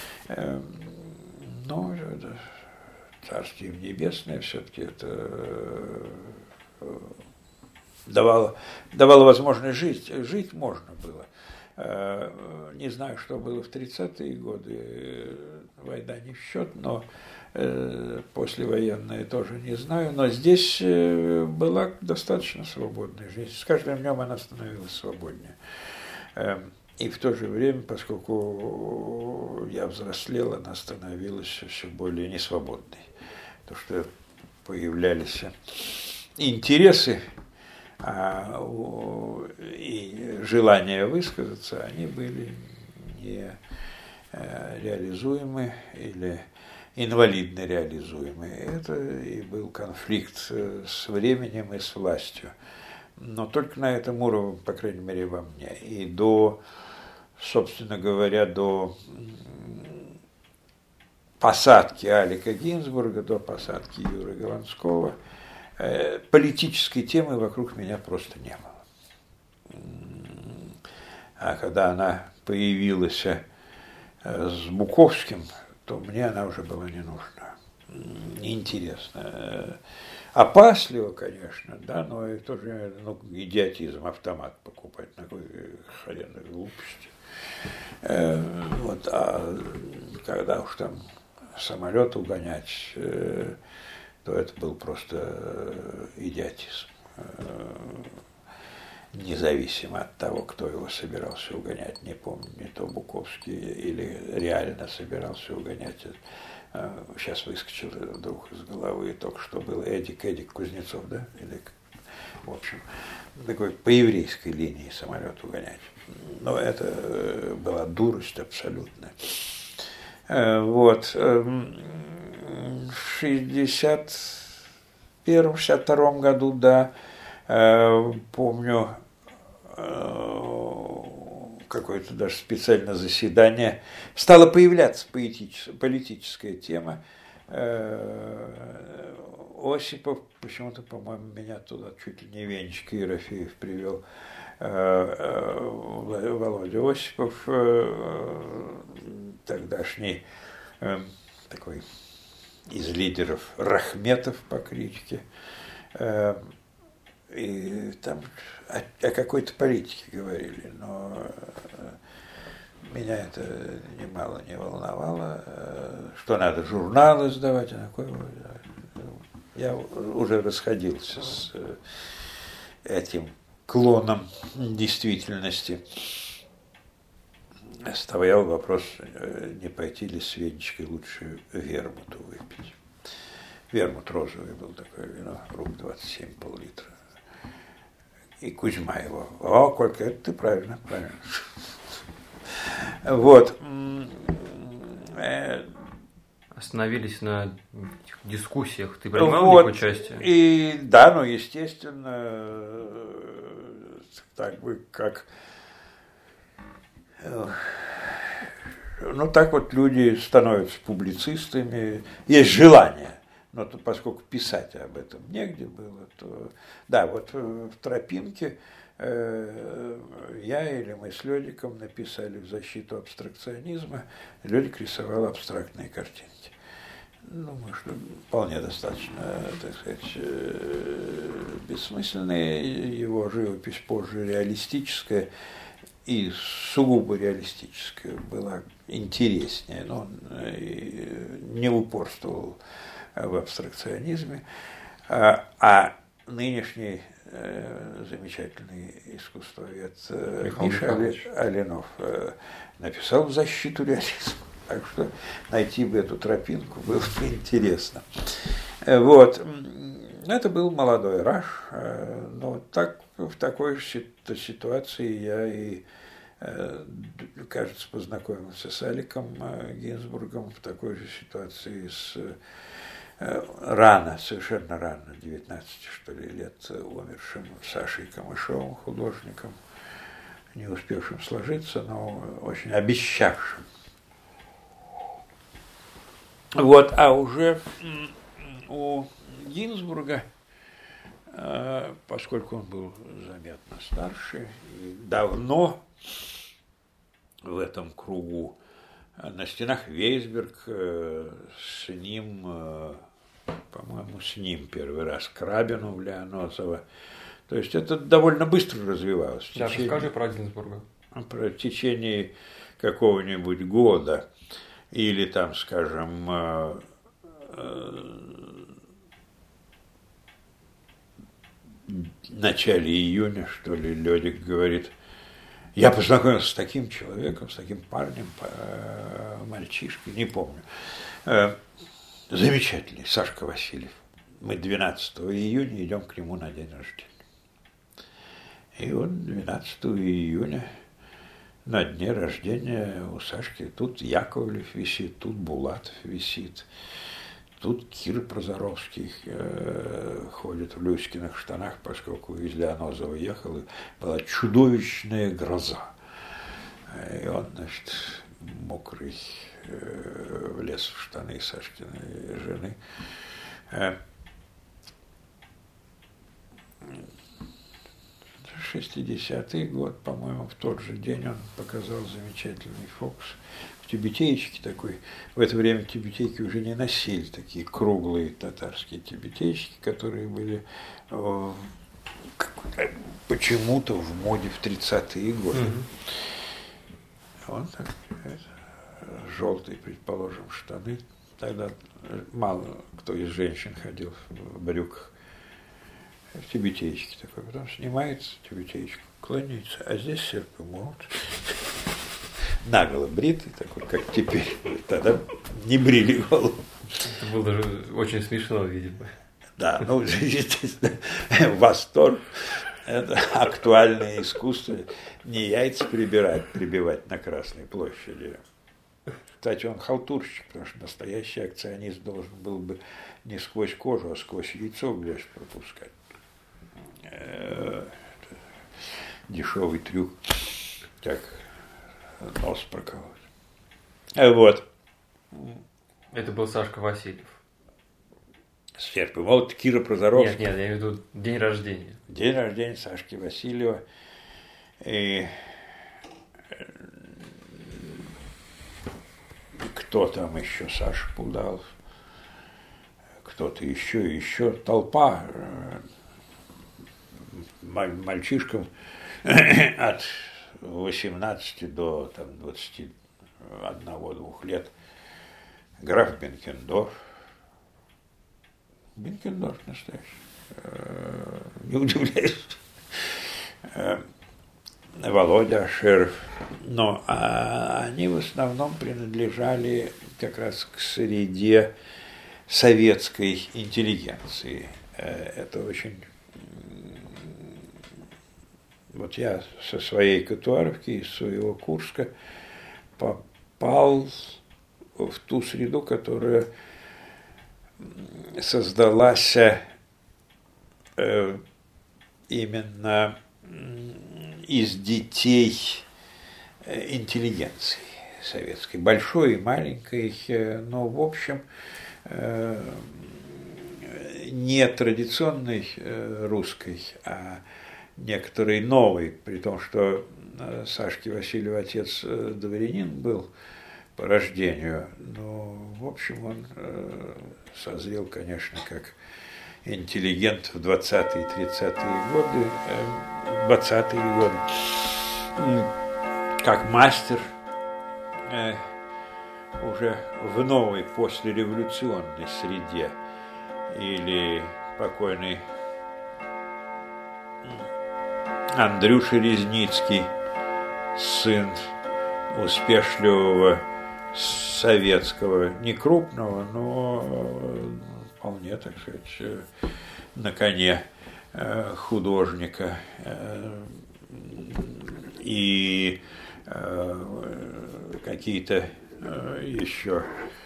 [SPEAKER 2] Но Царствие им Небесное все-таки это давало, давало возможность жить. Жить можно было. Не знаю, что было в тридцатые годы, война не в счет, но послевоенная тоже не знаю, но здесь была достаточно свободная жизнь. С каждым днем она становилась свободнее. И в то же время, поскольку я взрослел, она становилась все более несвободной. Потому что появлялись интересы а, и желания высказаться, они были не реализуемы или инвалидно реализуемый. Это и был конфликт с временем и с властью. Но только на этом уровне, по крайней мере, во мне. И до, собственно говоря, до посадки Алика Гинзбурга, до посадки Юры Голландского, политической темы вокруг меня просто не было. А когда она появилась с Буковским, то мне она уже была не нужна, неинтересна. Опасливо, конечно, да, но и тоже ну, идиотизм, автомат покупать, на какой хренной глупости. Э, вот, а когда уж там самолет угонять, э, то это был просто идиотизм. Э, независимо от того, кто его собирался угонять, не помню, не то Буковский или реально собирался угонять. Сейчас выскочил вдруг из головы только что был Эдик, Эдик Кузнецов, да? Или, в общем, такой по еврейской линии самолет угонять. Но это была дурость абсолютная. Вот. В шестьдесят первом — шестьдесят втором году, да, помню, какое-то даже специальное заседание, стала появляться политическая тема. Осипов, почему-то, по-моему, меня туда чуть ли не Венечка Ерофеев привел, Володя Осипов, тогдашний такой из лидеров Рахметов по кличке, И там о, о какой-то политике говорили, но меня это немало не волновало, что надо журналы сдавать, а такое. Я уже расходился с этим клоном действительности. Стоял вопрос, не пойти ли с Венечкой лучше вермуту выпить. Вермут розовый был такое вино, рубль двадцать семь, пол-литра. И Кузьма его. О, Колька, это ты правильно, правильно. Вот.
[SPEAKER 1] Остановились на дискуссиях. Ты принимал
[SPEAKER 2] вот.
[SPEAKER 1] в них участие?
[SPEAKER 2] И да, ну, естественно, так бы как... Ну, так вот люди становятся публицистами. Есть желание. Но то, поскольку писать об этом негде было, то... Да, вот в «Тропинке» э, я или мы с Лёдиком написали в защиту абстракционизма. Лёдик рисовал абстрактные картинки. Думаю, что вполне достаточно, так сказать, бессмысленная. Его живопись позже реалистическая и сугубо реалистическая была интереснее, но он не упорствовал в абстракционизме. А, а нынешний э, замечательный искусствовед э, Миша Алинов э, написал в защиту реализма. Так что найти бы эту тропинку было бы интересно. Вот. Это был молодой Раш, но так, в такой же ситуации я и, кажется, познакомился с Аликом Гинзбургом, в такой же ситуации с рано, совершенно рано, девятнадцати, что ли, лет умершим Сашей Камышовым, художником, не успевшим сложиться, но очень обещавшим. Вот, а уже у Гинзбурга, поскольку он был заметно старше и давно в этом кругу, на стенах Вейсберг, с ним, по-моему, с ним первый раз Крабинов, Леонозова. То есть это довольно быстро развивалось.
[SPEAKER 1] Да, расскажи про Гинзбурга.
[SPEAKER 2] Про течение какого-нибудь года. Или там, скажем, в начале июня, что ли, Лёдик говорит, я познакомился с таким человеком, с таким парнем, мальчишкой, не помню, замечательный, Сашка Васильев. Мы двенадцатого июня идем к нему на день рождения. И вот двенадцатого июня на дне рождения у Сашки тут Яковлев висит, тут Булатов висит, тут Кир Прозоровский э, ходит в Люськиных штанах, поскольку из Леонозова ехал, и была чудовищная гроза. И он, значит, мокрый, э, влез в штаны Сашкиной жены. Э, шестидесятый год, по-моему, в тот же день он показал замечательный фокус в тюбетейчике такой. В это время тюбетейки уже не носили, такие круглые татарские тюбетейчики, которые были э, почему-то в моде в тридцатые годы. Mm-hmm. Он так, желтые, предположим, штаны. Тогда мало кто из женщин ходил в брюках. В тюбетейчике такой, потом снимается тюбетейчик, кланяется, а здесь серп и молот. Наголо бритый такой, как теперь. Тогда не брили голову.
[SPEAKER 1] Это было даже очень смешно, видимо.
[SPEAKER 2] Да, ну, естественно, восторг. Это актуальное искусство. Не яйца прибирать, прибивать на Красной площади. Кстати, он халтурщик, потому что настоящий акционист должен был бы не сквозь кожу, а сквозь яйцо грязь пропускать. Дешевый трюк, как нос проколоть. Вот.
[SPEAKER 1] Это был Сашка Васильев.
[SPEAKER 2] Серп и молот, Кира Прозоровский.
[SPEAKER 1] Нет, нет, я имею в виду день рождения.
[SPEAKER 2] День рождения Сашки Васильева. И кто там еще? Саша Пудалов. Кто-то еще, еще толпа мальчишкам от восемнадцати до там, двадцати одного-двух лет. Граф Бенкендорф. Бенкендорф настоящий. Не удивляюсь. Володя Аширов. Но а, они в основном принадлежали как раз к среде советской интеллигенции. Это очень... Вот я со своей Котуаровки, из своего Курска попал в ту среду, которая создалась именно из детей интеллигенции советской, большой и маленькой, но в общем не традиционной русской, а некоторой новой, при том, что Сашке Васильеву отец дворянин был по рождению, но в общем он созрел, конечно, как интеллигент в двадцатые-тридцатые годы, двадцатые годы, как мастер уже в новой послереволюционной среде, или покойный Андрюша Резницкий, сын успешливого советского, не крупного, но вполне, так сказать, на коне художника. И какие-то еще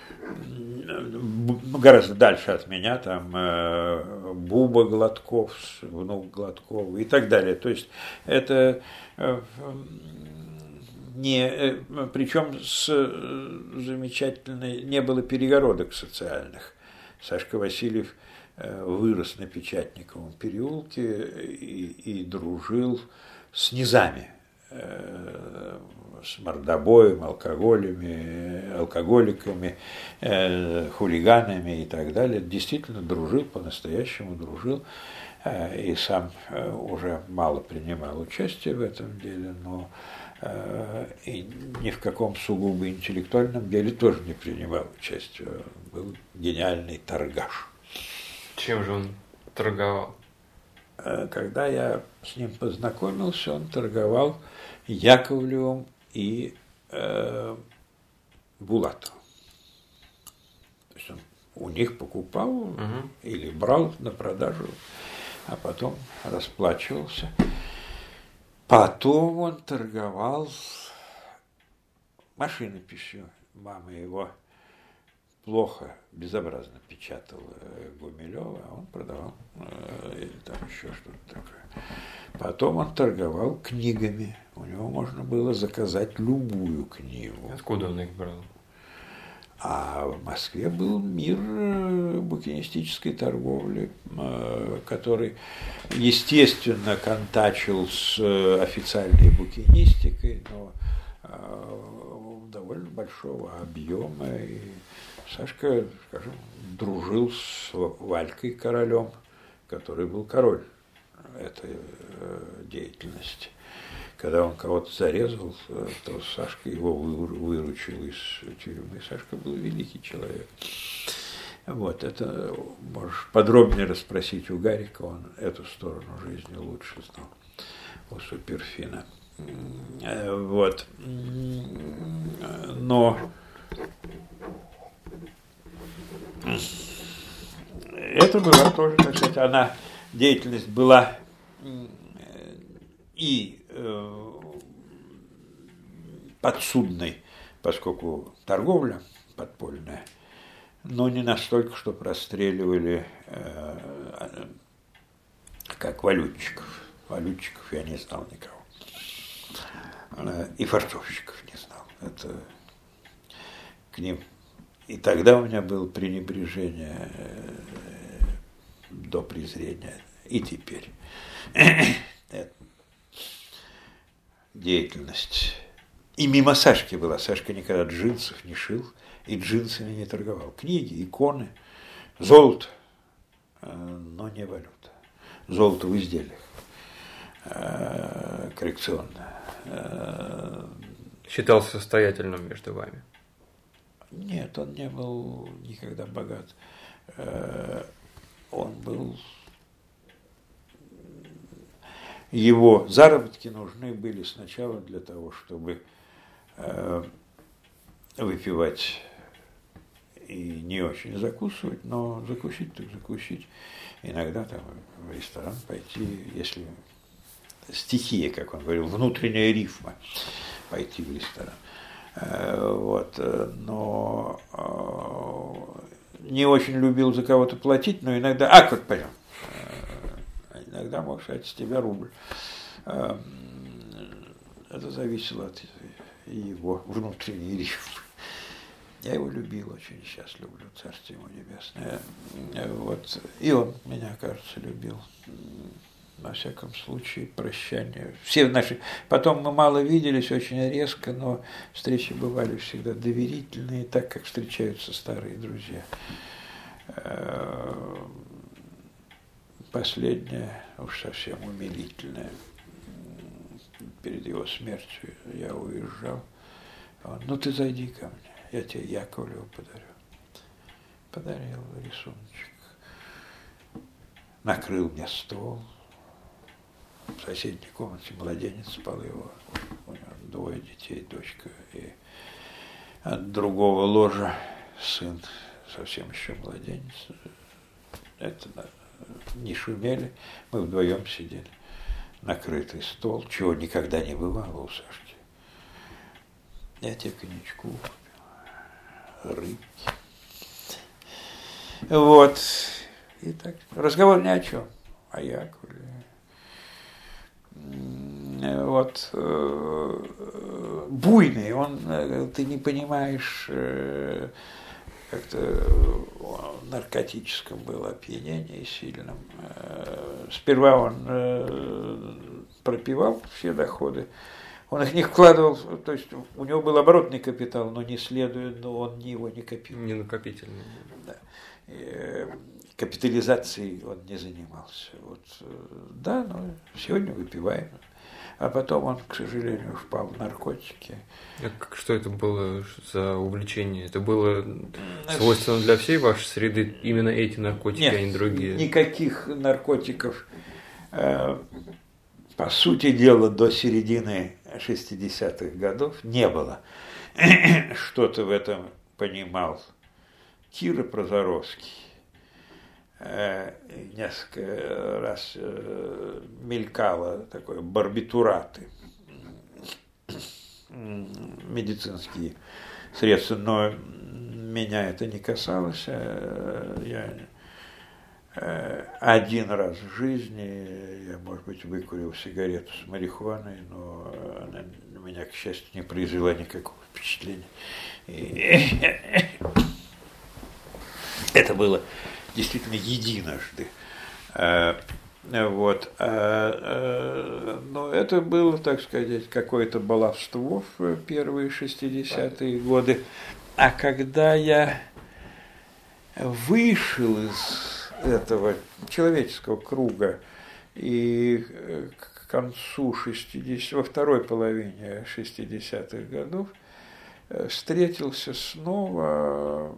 [SPEAKER 2] гораздо дальше от меня, там Буба Гладков, внук Гладкова и так далее. То есть это не, причем с замечательной, не было перегородок социальных. Сашка Васильев вырос на Печатниковом переулке и, и дружил с низами, с мордобоем, алкоголями, алкоголиками, хулиганами и так далее. Действительно дружил, по-настоящему дружил, и сам уже мало принимал участие в этом деле, но и ни в каком сугубо интеллектуальном деле тоже не принимал участие. Был гениальный торгаш.
[SPEAKER 1] Чем же он торговал?
[SPEAKER 2] Когда я с ним познакомился, он торговал Яковлевым и э, Булатовым. То есть он у них покупал угу. или брал на продажу, а потом расплачивался. Потом он торговал машинописью. Мама его плохо, безобразно печатала Гумилева, а он продавал или там еще что-то такое. Потом он торговал книгами. У него можно было заказать любую книгу.
[SPEAKER 1] Откуда он их брал?
[SPEAKER 2] А в Москве был мир букинистической торговли, который, естественно, контачил с официальной букинистикой, но довольно большого объема. И Сашка, скажем, дружил с Валькой Королем, который был король этой деятельности. Когда он кого-то зарезал, то Сашка его выручил из тюрьмы. Сашка был великий человек. Вот, это можешь подробнее расспросить у Гарика, он эту сторону жизни лучше знал, у Суперфина. Вот. Но это была тоже, так сказать, она, деятельность была и подсудной, поскольку торговля подпольная, но не настолько, чтобы расстреливали как валютчиков. Валютчиков я не знал никого. И форцовщиков не знал. Это к ним. И тогда у меня было пренебрежение до презрения. И теперь. Деятельность. И мимо Сашки была. Сашка никогда джинсов не шил и джинсами не торговал. Книги, иконы, золото, но не валюта. Золото в изделиях. э, коррекционно.
[SPEAKER 1] Считался состоятельным между вами?
[SPEAKER 2] Нет, он не был никогда богат. Он был... Его заработки нужны были сначала для того, чтобы выпивать и не очень закусывать, но закусить так закусить. Иногда там в ресторан пойти, если стихия, как он говорил, внутренняя рифма, пойти в ресторан. Вот, но не очень любил за кого-то платить, но иногда, а, как пойдем, иногда мог сказать, с тебя рубль. Это зависело от его внутренней рифмы. Я его любил очень, и сейчас люблю, царствие ему небесное. Вот. И он меня, кажется, любил. Во всяком случае, прощание. Все наши... Потом мы мало виделись, очень резко, но встречи бывали всегда доверительные, так как встречаются старые друзья. Последнее, уж совсем умилительное. Перед его смертью я уезжал. Он, ну ты зайди ко мне, я тебе Яковлеву подарю. Подарил рисуночек. Накрыл мне стол. В соседней комнате младенец спал его. У него двое детей, дочка. И от другого ложа сын, совсем еще младенец. Это не шумели, мы вдвоем сидели. Накрытый стол, чего никогда не бывало у Сашки. Я тебе коньячку купил, рыбки. Вот. И так, разговор ни о чем, о Яковле. Вот. Буйный, он, ты не понимаешь, как-то в наркотическом было опьянении сильном. Сперва он пропивал все доходы, он их не вкладывал, то есть у него был оборотный капитал, но не следует, но он его не копил.
[SPEAKER 1] Не накопительный.
[SPEAKER 2] Да. И капитализацией он не занимался. Вот, да, но сегодня выпиваем. А потом он, к сожалению, впал в наркотики.
[SPEAKER 1] А что это было за увлечение? Это было свойственно для всей вашей среды, именно эти наркотики,
[SPEAKER 2] Нет,
[SPEAKER 1] а не другие?
[SPEAKER 2] Никаких наркотиков, по сути дела, до середины шестидесятых годов не было. Что-то в этом понимал Кира Прозоровский. Несколько раз мелькало такое барбитураты, медицинские средства, но меня это не касалось. Я один раз в жизни, я, может быть, выкурил сигарету с марихуаной, но она на меня, к счастью, не произвела никакого впечатления. И это было действительно единожды. Вот. Но это было, так сказать, какое-то баловство в первые шестидесятые годы. А когда я вышел из этого человеческого круга и к концу шестидесятых, во второй половине шестидесятых годов встретился снова,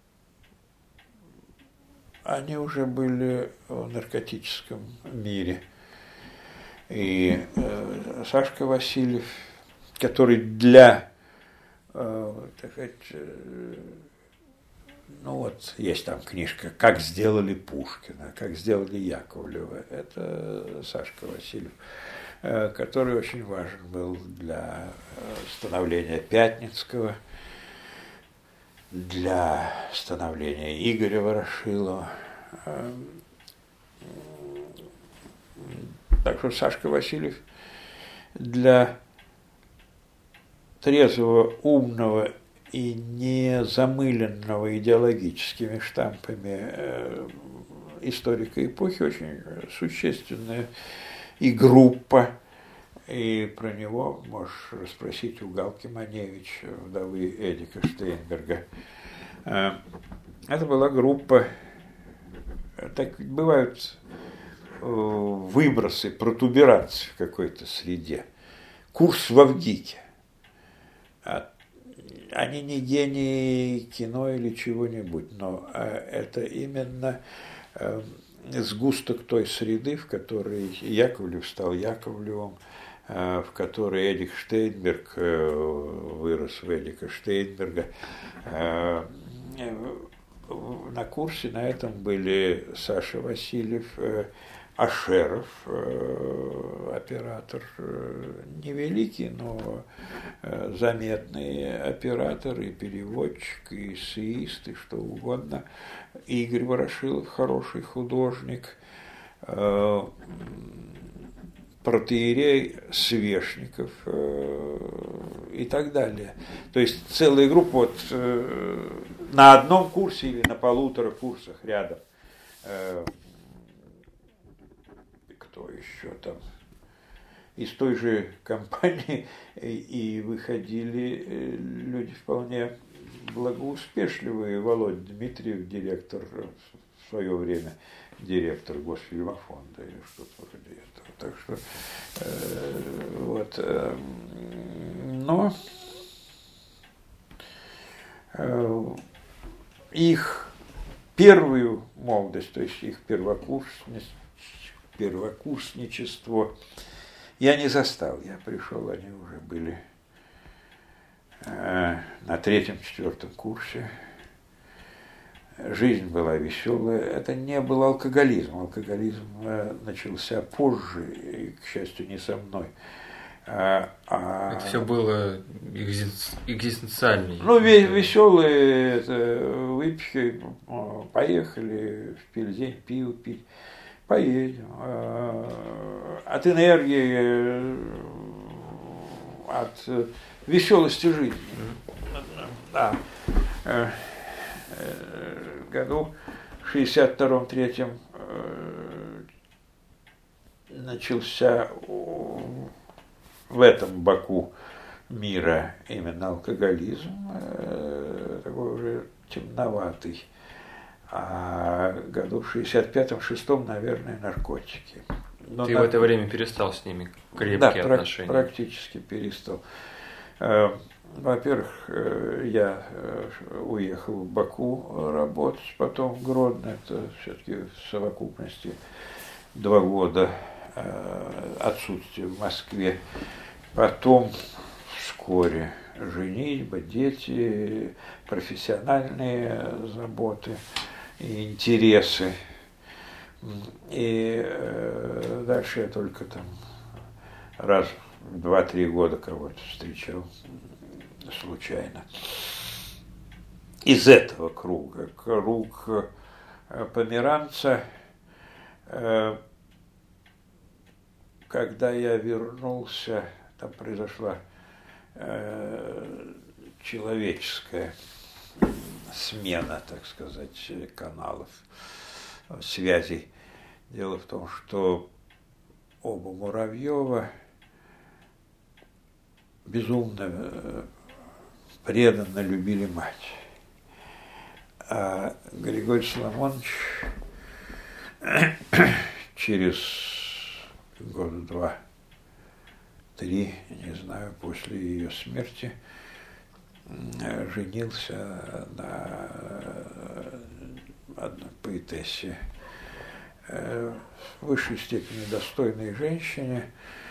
[SPEAKER 2] они уже были в наркотическом мире. И э, Сашка Васильев, который для, э, так сказать, э, ну вот есть там книжка «Как сделали Пушкина», «Как сделали Яковлева». Это Сашка Васильев, э, который очень важен был для становления Пятницкого, для становления Игоря Ворошилова. Так что Сашка Васильев для трезвого, умного и не замыленного идеологическими штампами историка эпохи очень существенная и группа. И про него можешь расспросить у Галки Маневич, вдовы Эдика Штейнберга. Это была группа, так бывают выбросы, протуберанцы в какой-то среде. Курс в Авгике. Они не гении кино или чего-нибудь, но это именно сгусток той среды, в которой Яковлев стал Яковлевым, в которой Эдик Штейнберг вырос в Эдика Штейнберга. На курсе на этом были Саша Васильев, Ашеров, оператор, невеликий, но заметный оператор, и переводчик, и эссеист, и что угодно. Игорь Ворошилов, хороший художник, протоиерей Свешников и так далее. То есть целая группа вот на одном курсе или на полутора курсах рядом. Кто еще там? Из той же компании и выходили люди вполне благоуспешливые. Володя Дмитриев, директор в свое время, директор Госфильмофонда или что-то вроде этого. Так что э, вот, э, но э, их первую молодость, то есть их первокурсность, первокурсничество я не застал. Я пришел, они уже были э, на третьем-четвертом курсе. Жизнь была веселая. Это не был алкоголизм. Алкоголизм э, начался позже, и, к счастью, не со мной. А, а...
[SPEAKER 1] Это все было экзистенциальное.
[SPEAKER 2] Ну, веселые выпивки, поехали в Пильзень пиво пить. Поедем. От энергии, от веселости жизни. Да. Году в шестьдесят втором третьем начался в этом боку мира именно алкоголизм, такой уже темноватый. А году в шестьдесят пятом шестом, наверное, наркотики. Но
[SPEAKER 1] Ты
[SPEAKER 2] на...
[SPEAKER 1] в это время перестал с ними крепкие
[SPEAKER 2] да,
[SPEAKER 1] отношения?
[SPEAKER 2] Да, практически перестал. Во-первых, я уехал в Баку работать, потом в Гродно, это все-таки в совокупности два года отсутствия в Москве. Потом вскоре женитьба, дети, профессиональные заботы и интересы. И э, дальше я только там раз в два-три года кого-то встречал случайно. Из этого круга, круг э, померанца, э, когда я вернулся, там произошла э, человеческая смена, так сказать, каналов, связей. Дело в том, что оба Муравьева безумно преданно любили мать. А Григорий Соломонович через года два-три, не знаю, после ее смерти, женился на одной поэтессе, в высшей степени достойной женщине,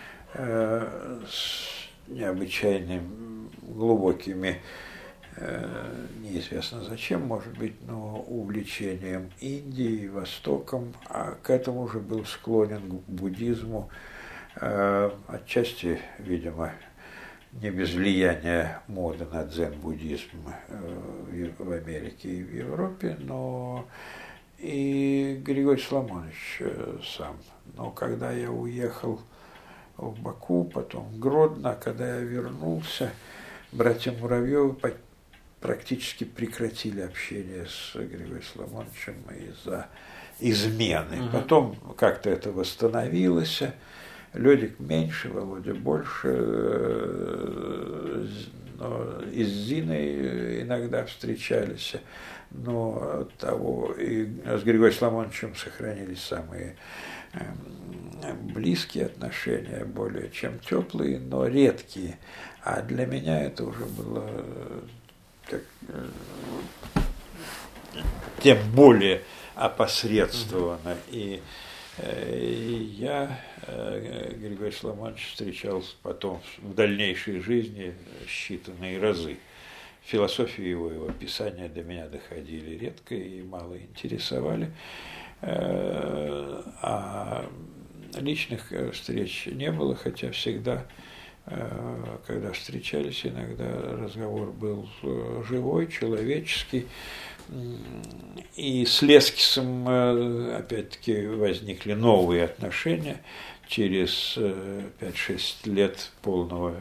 [SPEAKER 2] с необычайными глубокими, неизвестно зачем, может быть, но увлечением Индией, Востоком, а к этому же был склонен к буддизму, отчасти, видимо, не без влияния моды на дзен-буддизм в Америке и в Европе, но и Григорий Соломонович сам. Но когда я уехал в Баку, потом в Гродно, когда я вернулся, братья Муравьевы практически прекратили общение с Григорием Соломоновичем из-за измены. Угу. Потом как-то это восстановилось. Лёдик меньше, Володя больше, но и с Зиной иногда встречались, но того и с Григорием Соломоновичем сохранились самые близкие отношения, более чем теплые, но редкие. А для меня это уже было как, тем более опосредствованно. И, и я Григорий Соломонович встречал потом в дальнейшей жизни считанные разы. Философия его, его писания до меня доходили редко и мало интересовали. А личных встреч не было, хотя всегда, когда встречались, иногда разговор был живой, человеческий. И с Лескисом, опять-таки, возникли новые отношения через пять-шесть лет полного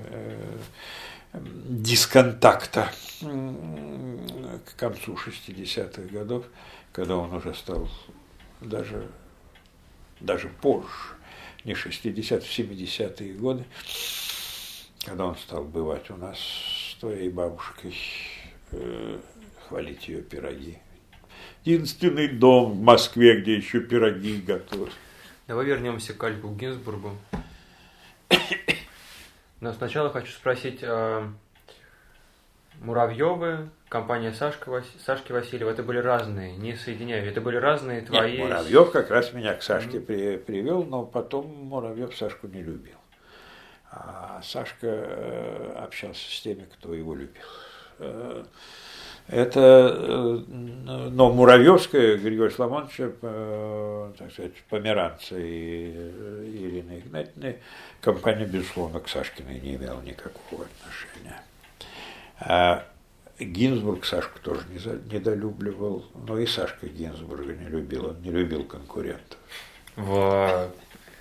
[SPEAKER 2] дисконтакта к концу шестидесятых годов, когда он уже стал даже, даже позже, не шестидесятые, семидесятые годы, когда он стал бывать у нас с твоей бабушкой, э, хвалить ее пироги. Единственный дом в Москве, где еще пироги готовят.
[SPEAKER 1] Давай вернемся к Альбу Гинзбургу. Но сначала хочу спросить, э, Муравьевы, компания Сашка, Сашки Васильева, это были разные, не соединяю, это были разные твои...
[SPEAKER 2] Нет, Муравьев как раз меня к Сашке mm-hmm. при, привел, но потом Муравьев Сашку не любил. А Сашка э, общался с теми, кто его любил. Э, это, но Муравьевская, Григория Соломоновича, так сказать, Померанца и Ирины Игнатьевны, компания, безусловно, к Сашкиной не имела никакого отношения. А Гинзбург Сашку тоже недолюбливал, но и Сашка Гинзбурга не любил, он не любил конкурентов.
[SPEAKER 1] Вот.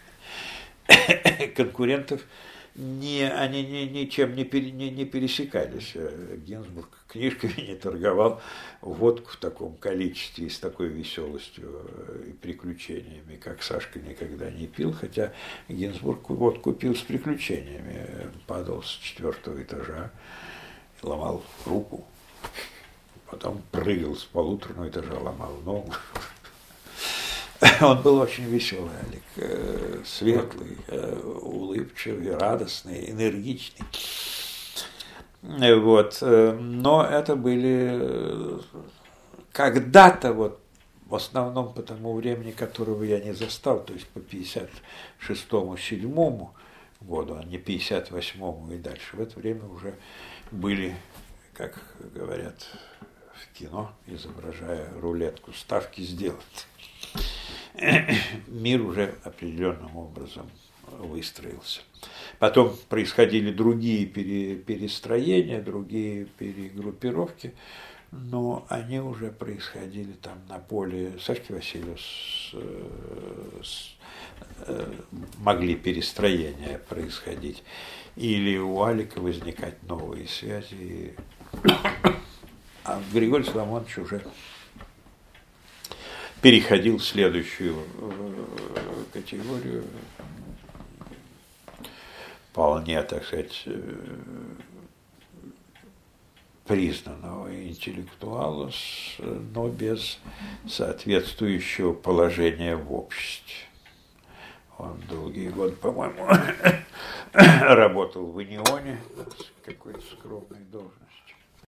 [SPEAKER 2] Конкурентов не, они ни, ничем не, пере, не, не пересекались. Гинзбург книжками не торговал, водку в таком количестве и с такой веселостью и приключениями, как Сашка никогда не пил, хотя Гинзбург водку пил с приключениями, падал с четвертого этажа, ломал руку, потом прыгал с полуторного этажа, ломал ногу. Он был очень веселый, Алик, светлый, улыбчивый, радостный, энергичный. Вот. Но это были когда-то, вот, в основном по тому времени, которого я не застал, то есть по пятьдесят шестому, седьмому году, а не пятьдесят восьмому и дальше. В это время уже были, как говорят в кино, изображая рулетку, ставки сделаны. Мир уже определенным образом выстроился. Потом происходили другие пере, перестроения, другие перегруппировки, но они уже происходили там на поле. Сашки Васильева с, с, могли перестроения происходить, или у Алика возникать новые связи. А Григорий Соломонович уже переходил в следующую категорию, вполне, так сказать, признанного интеллектуала, но без соответствующего положения в обществе. Он долгие годы, по-моему, работал в Унионе с какой-то скромной должностью.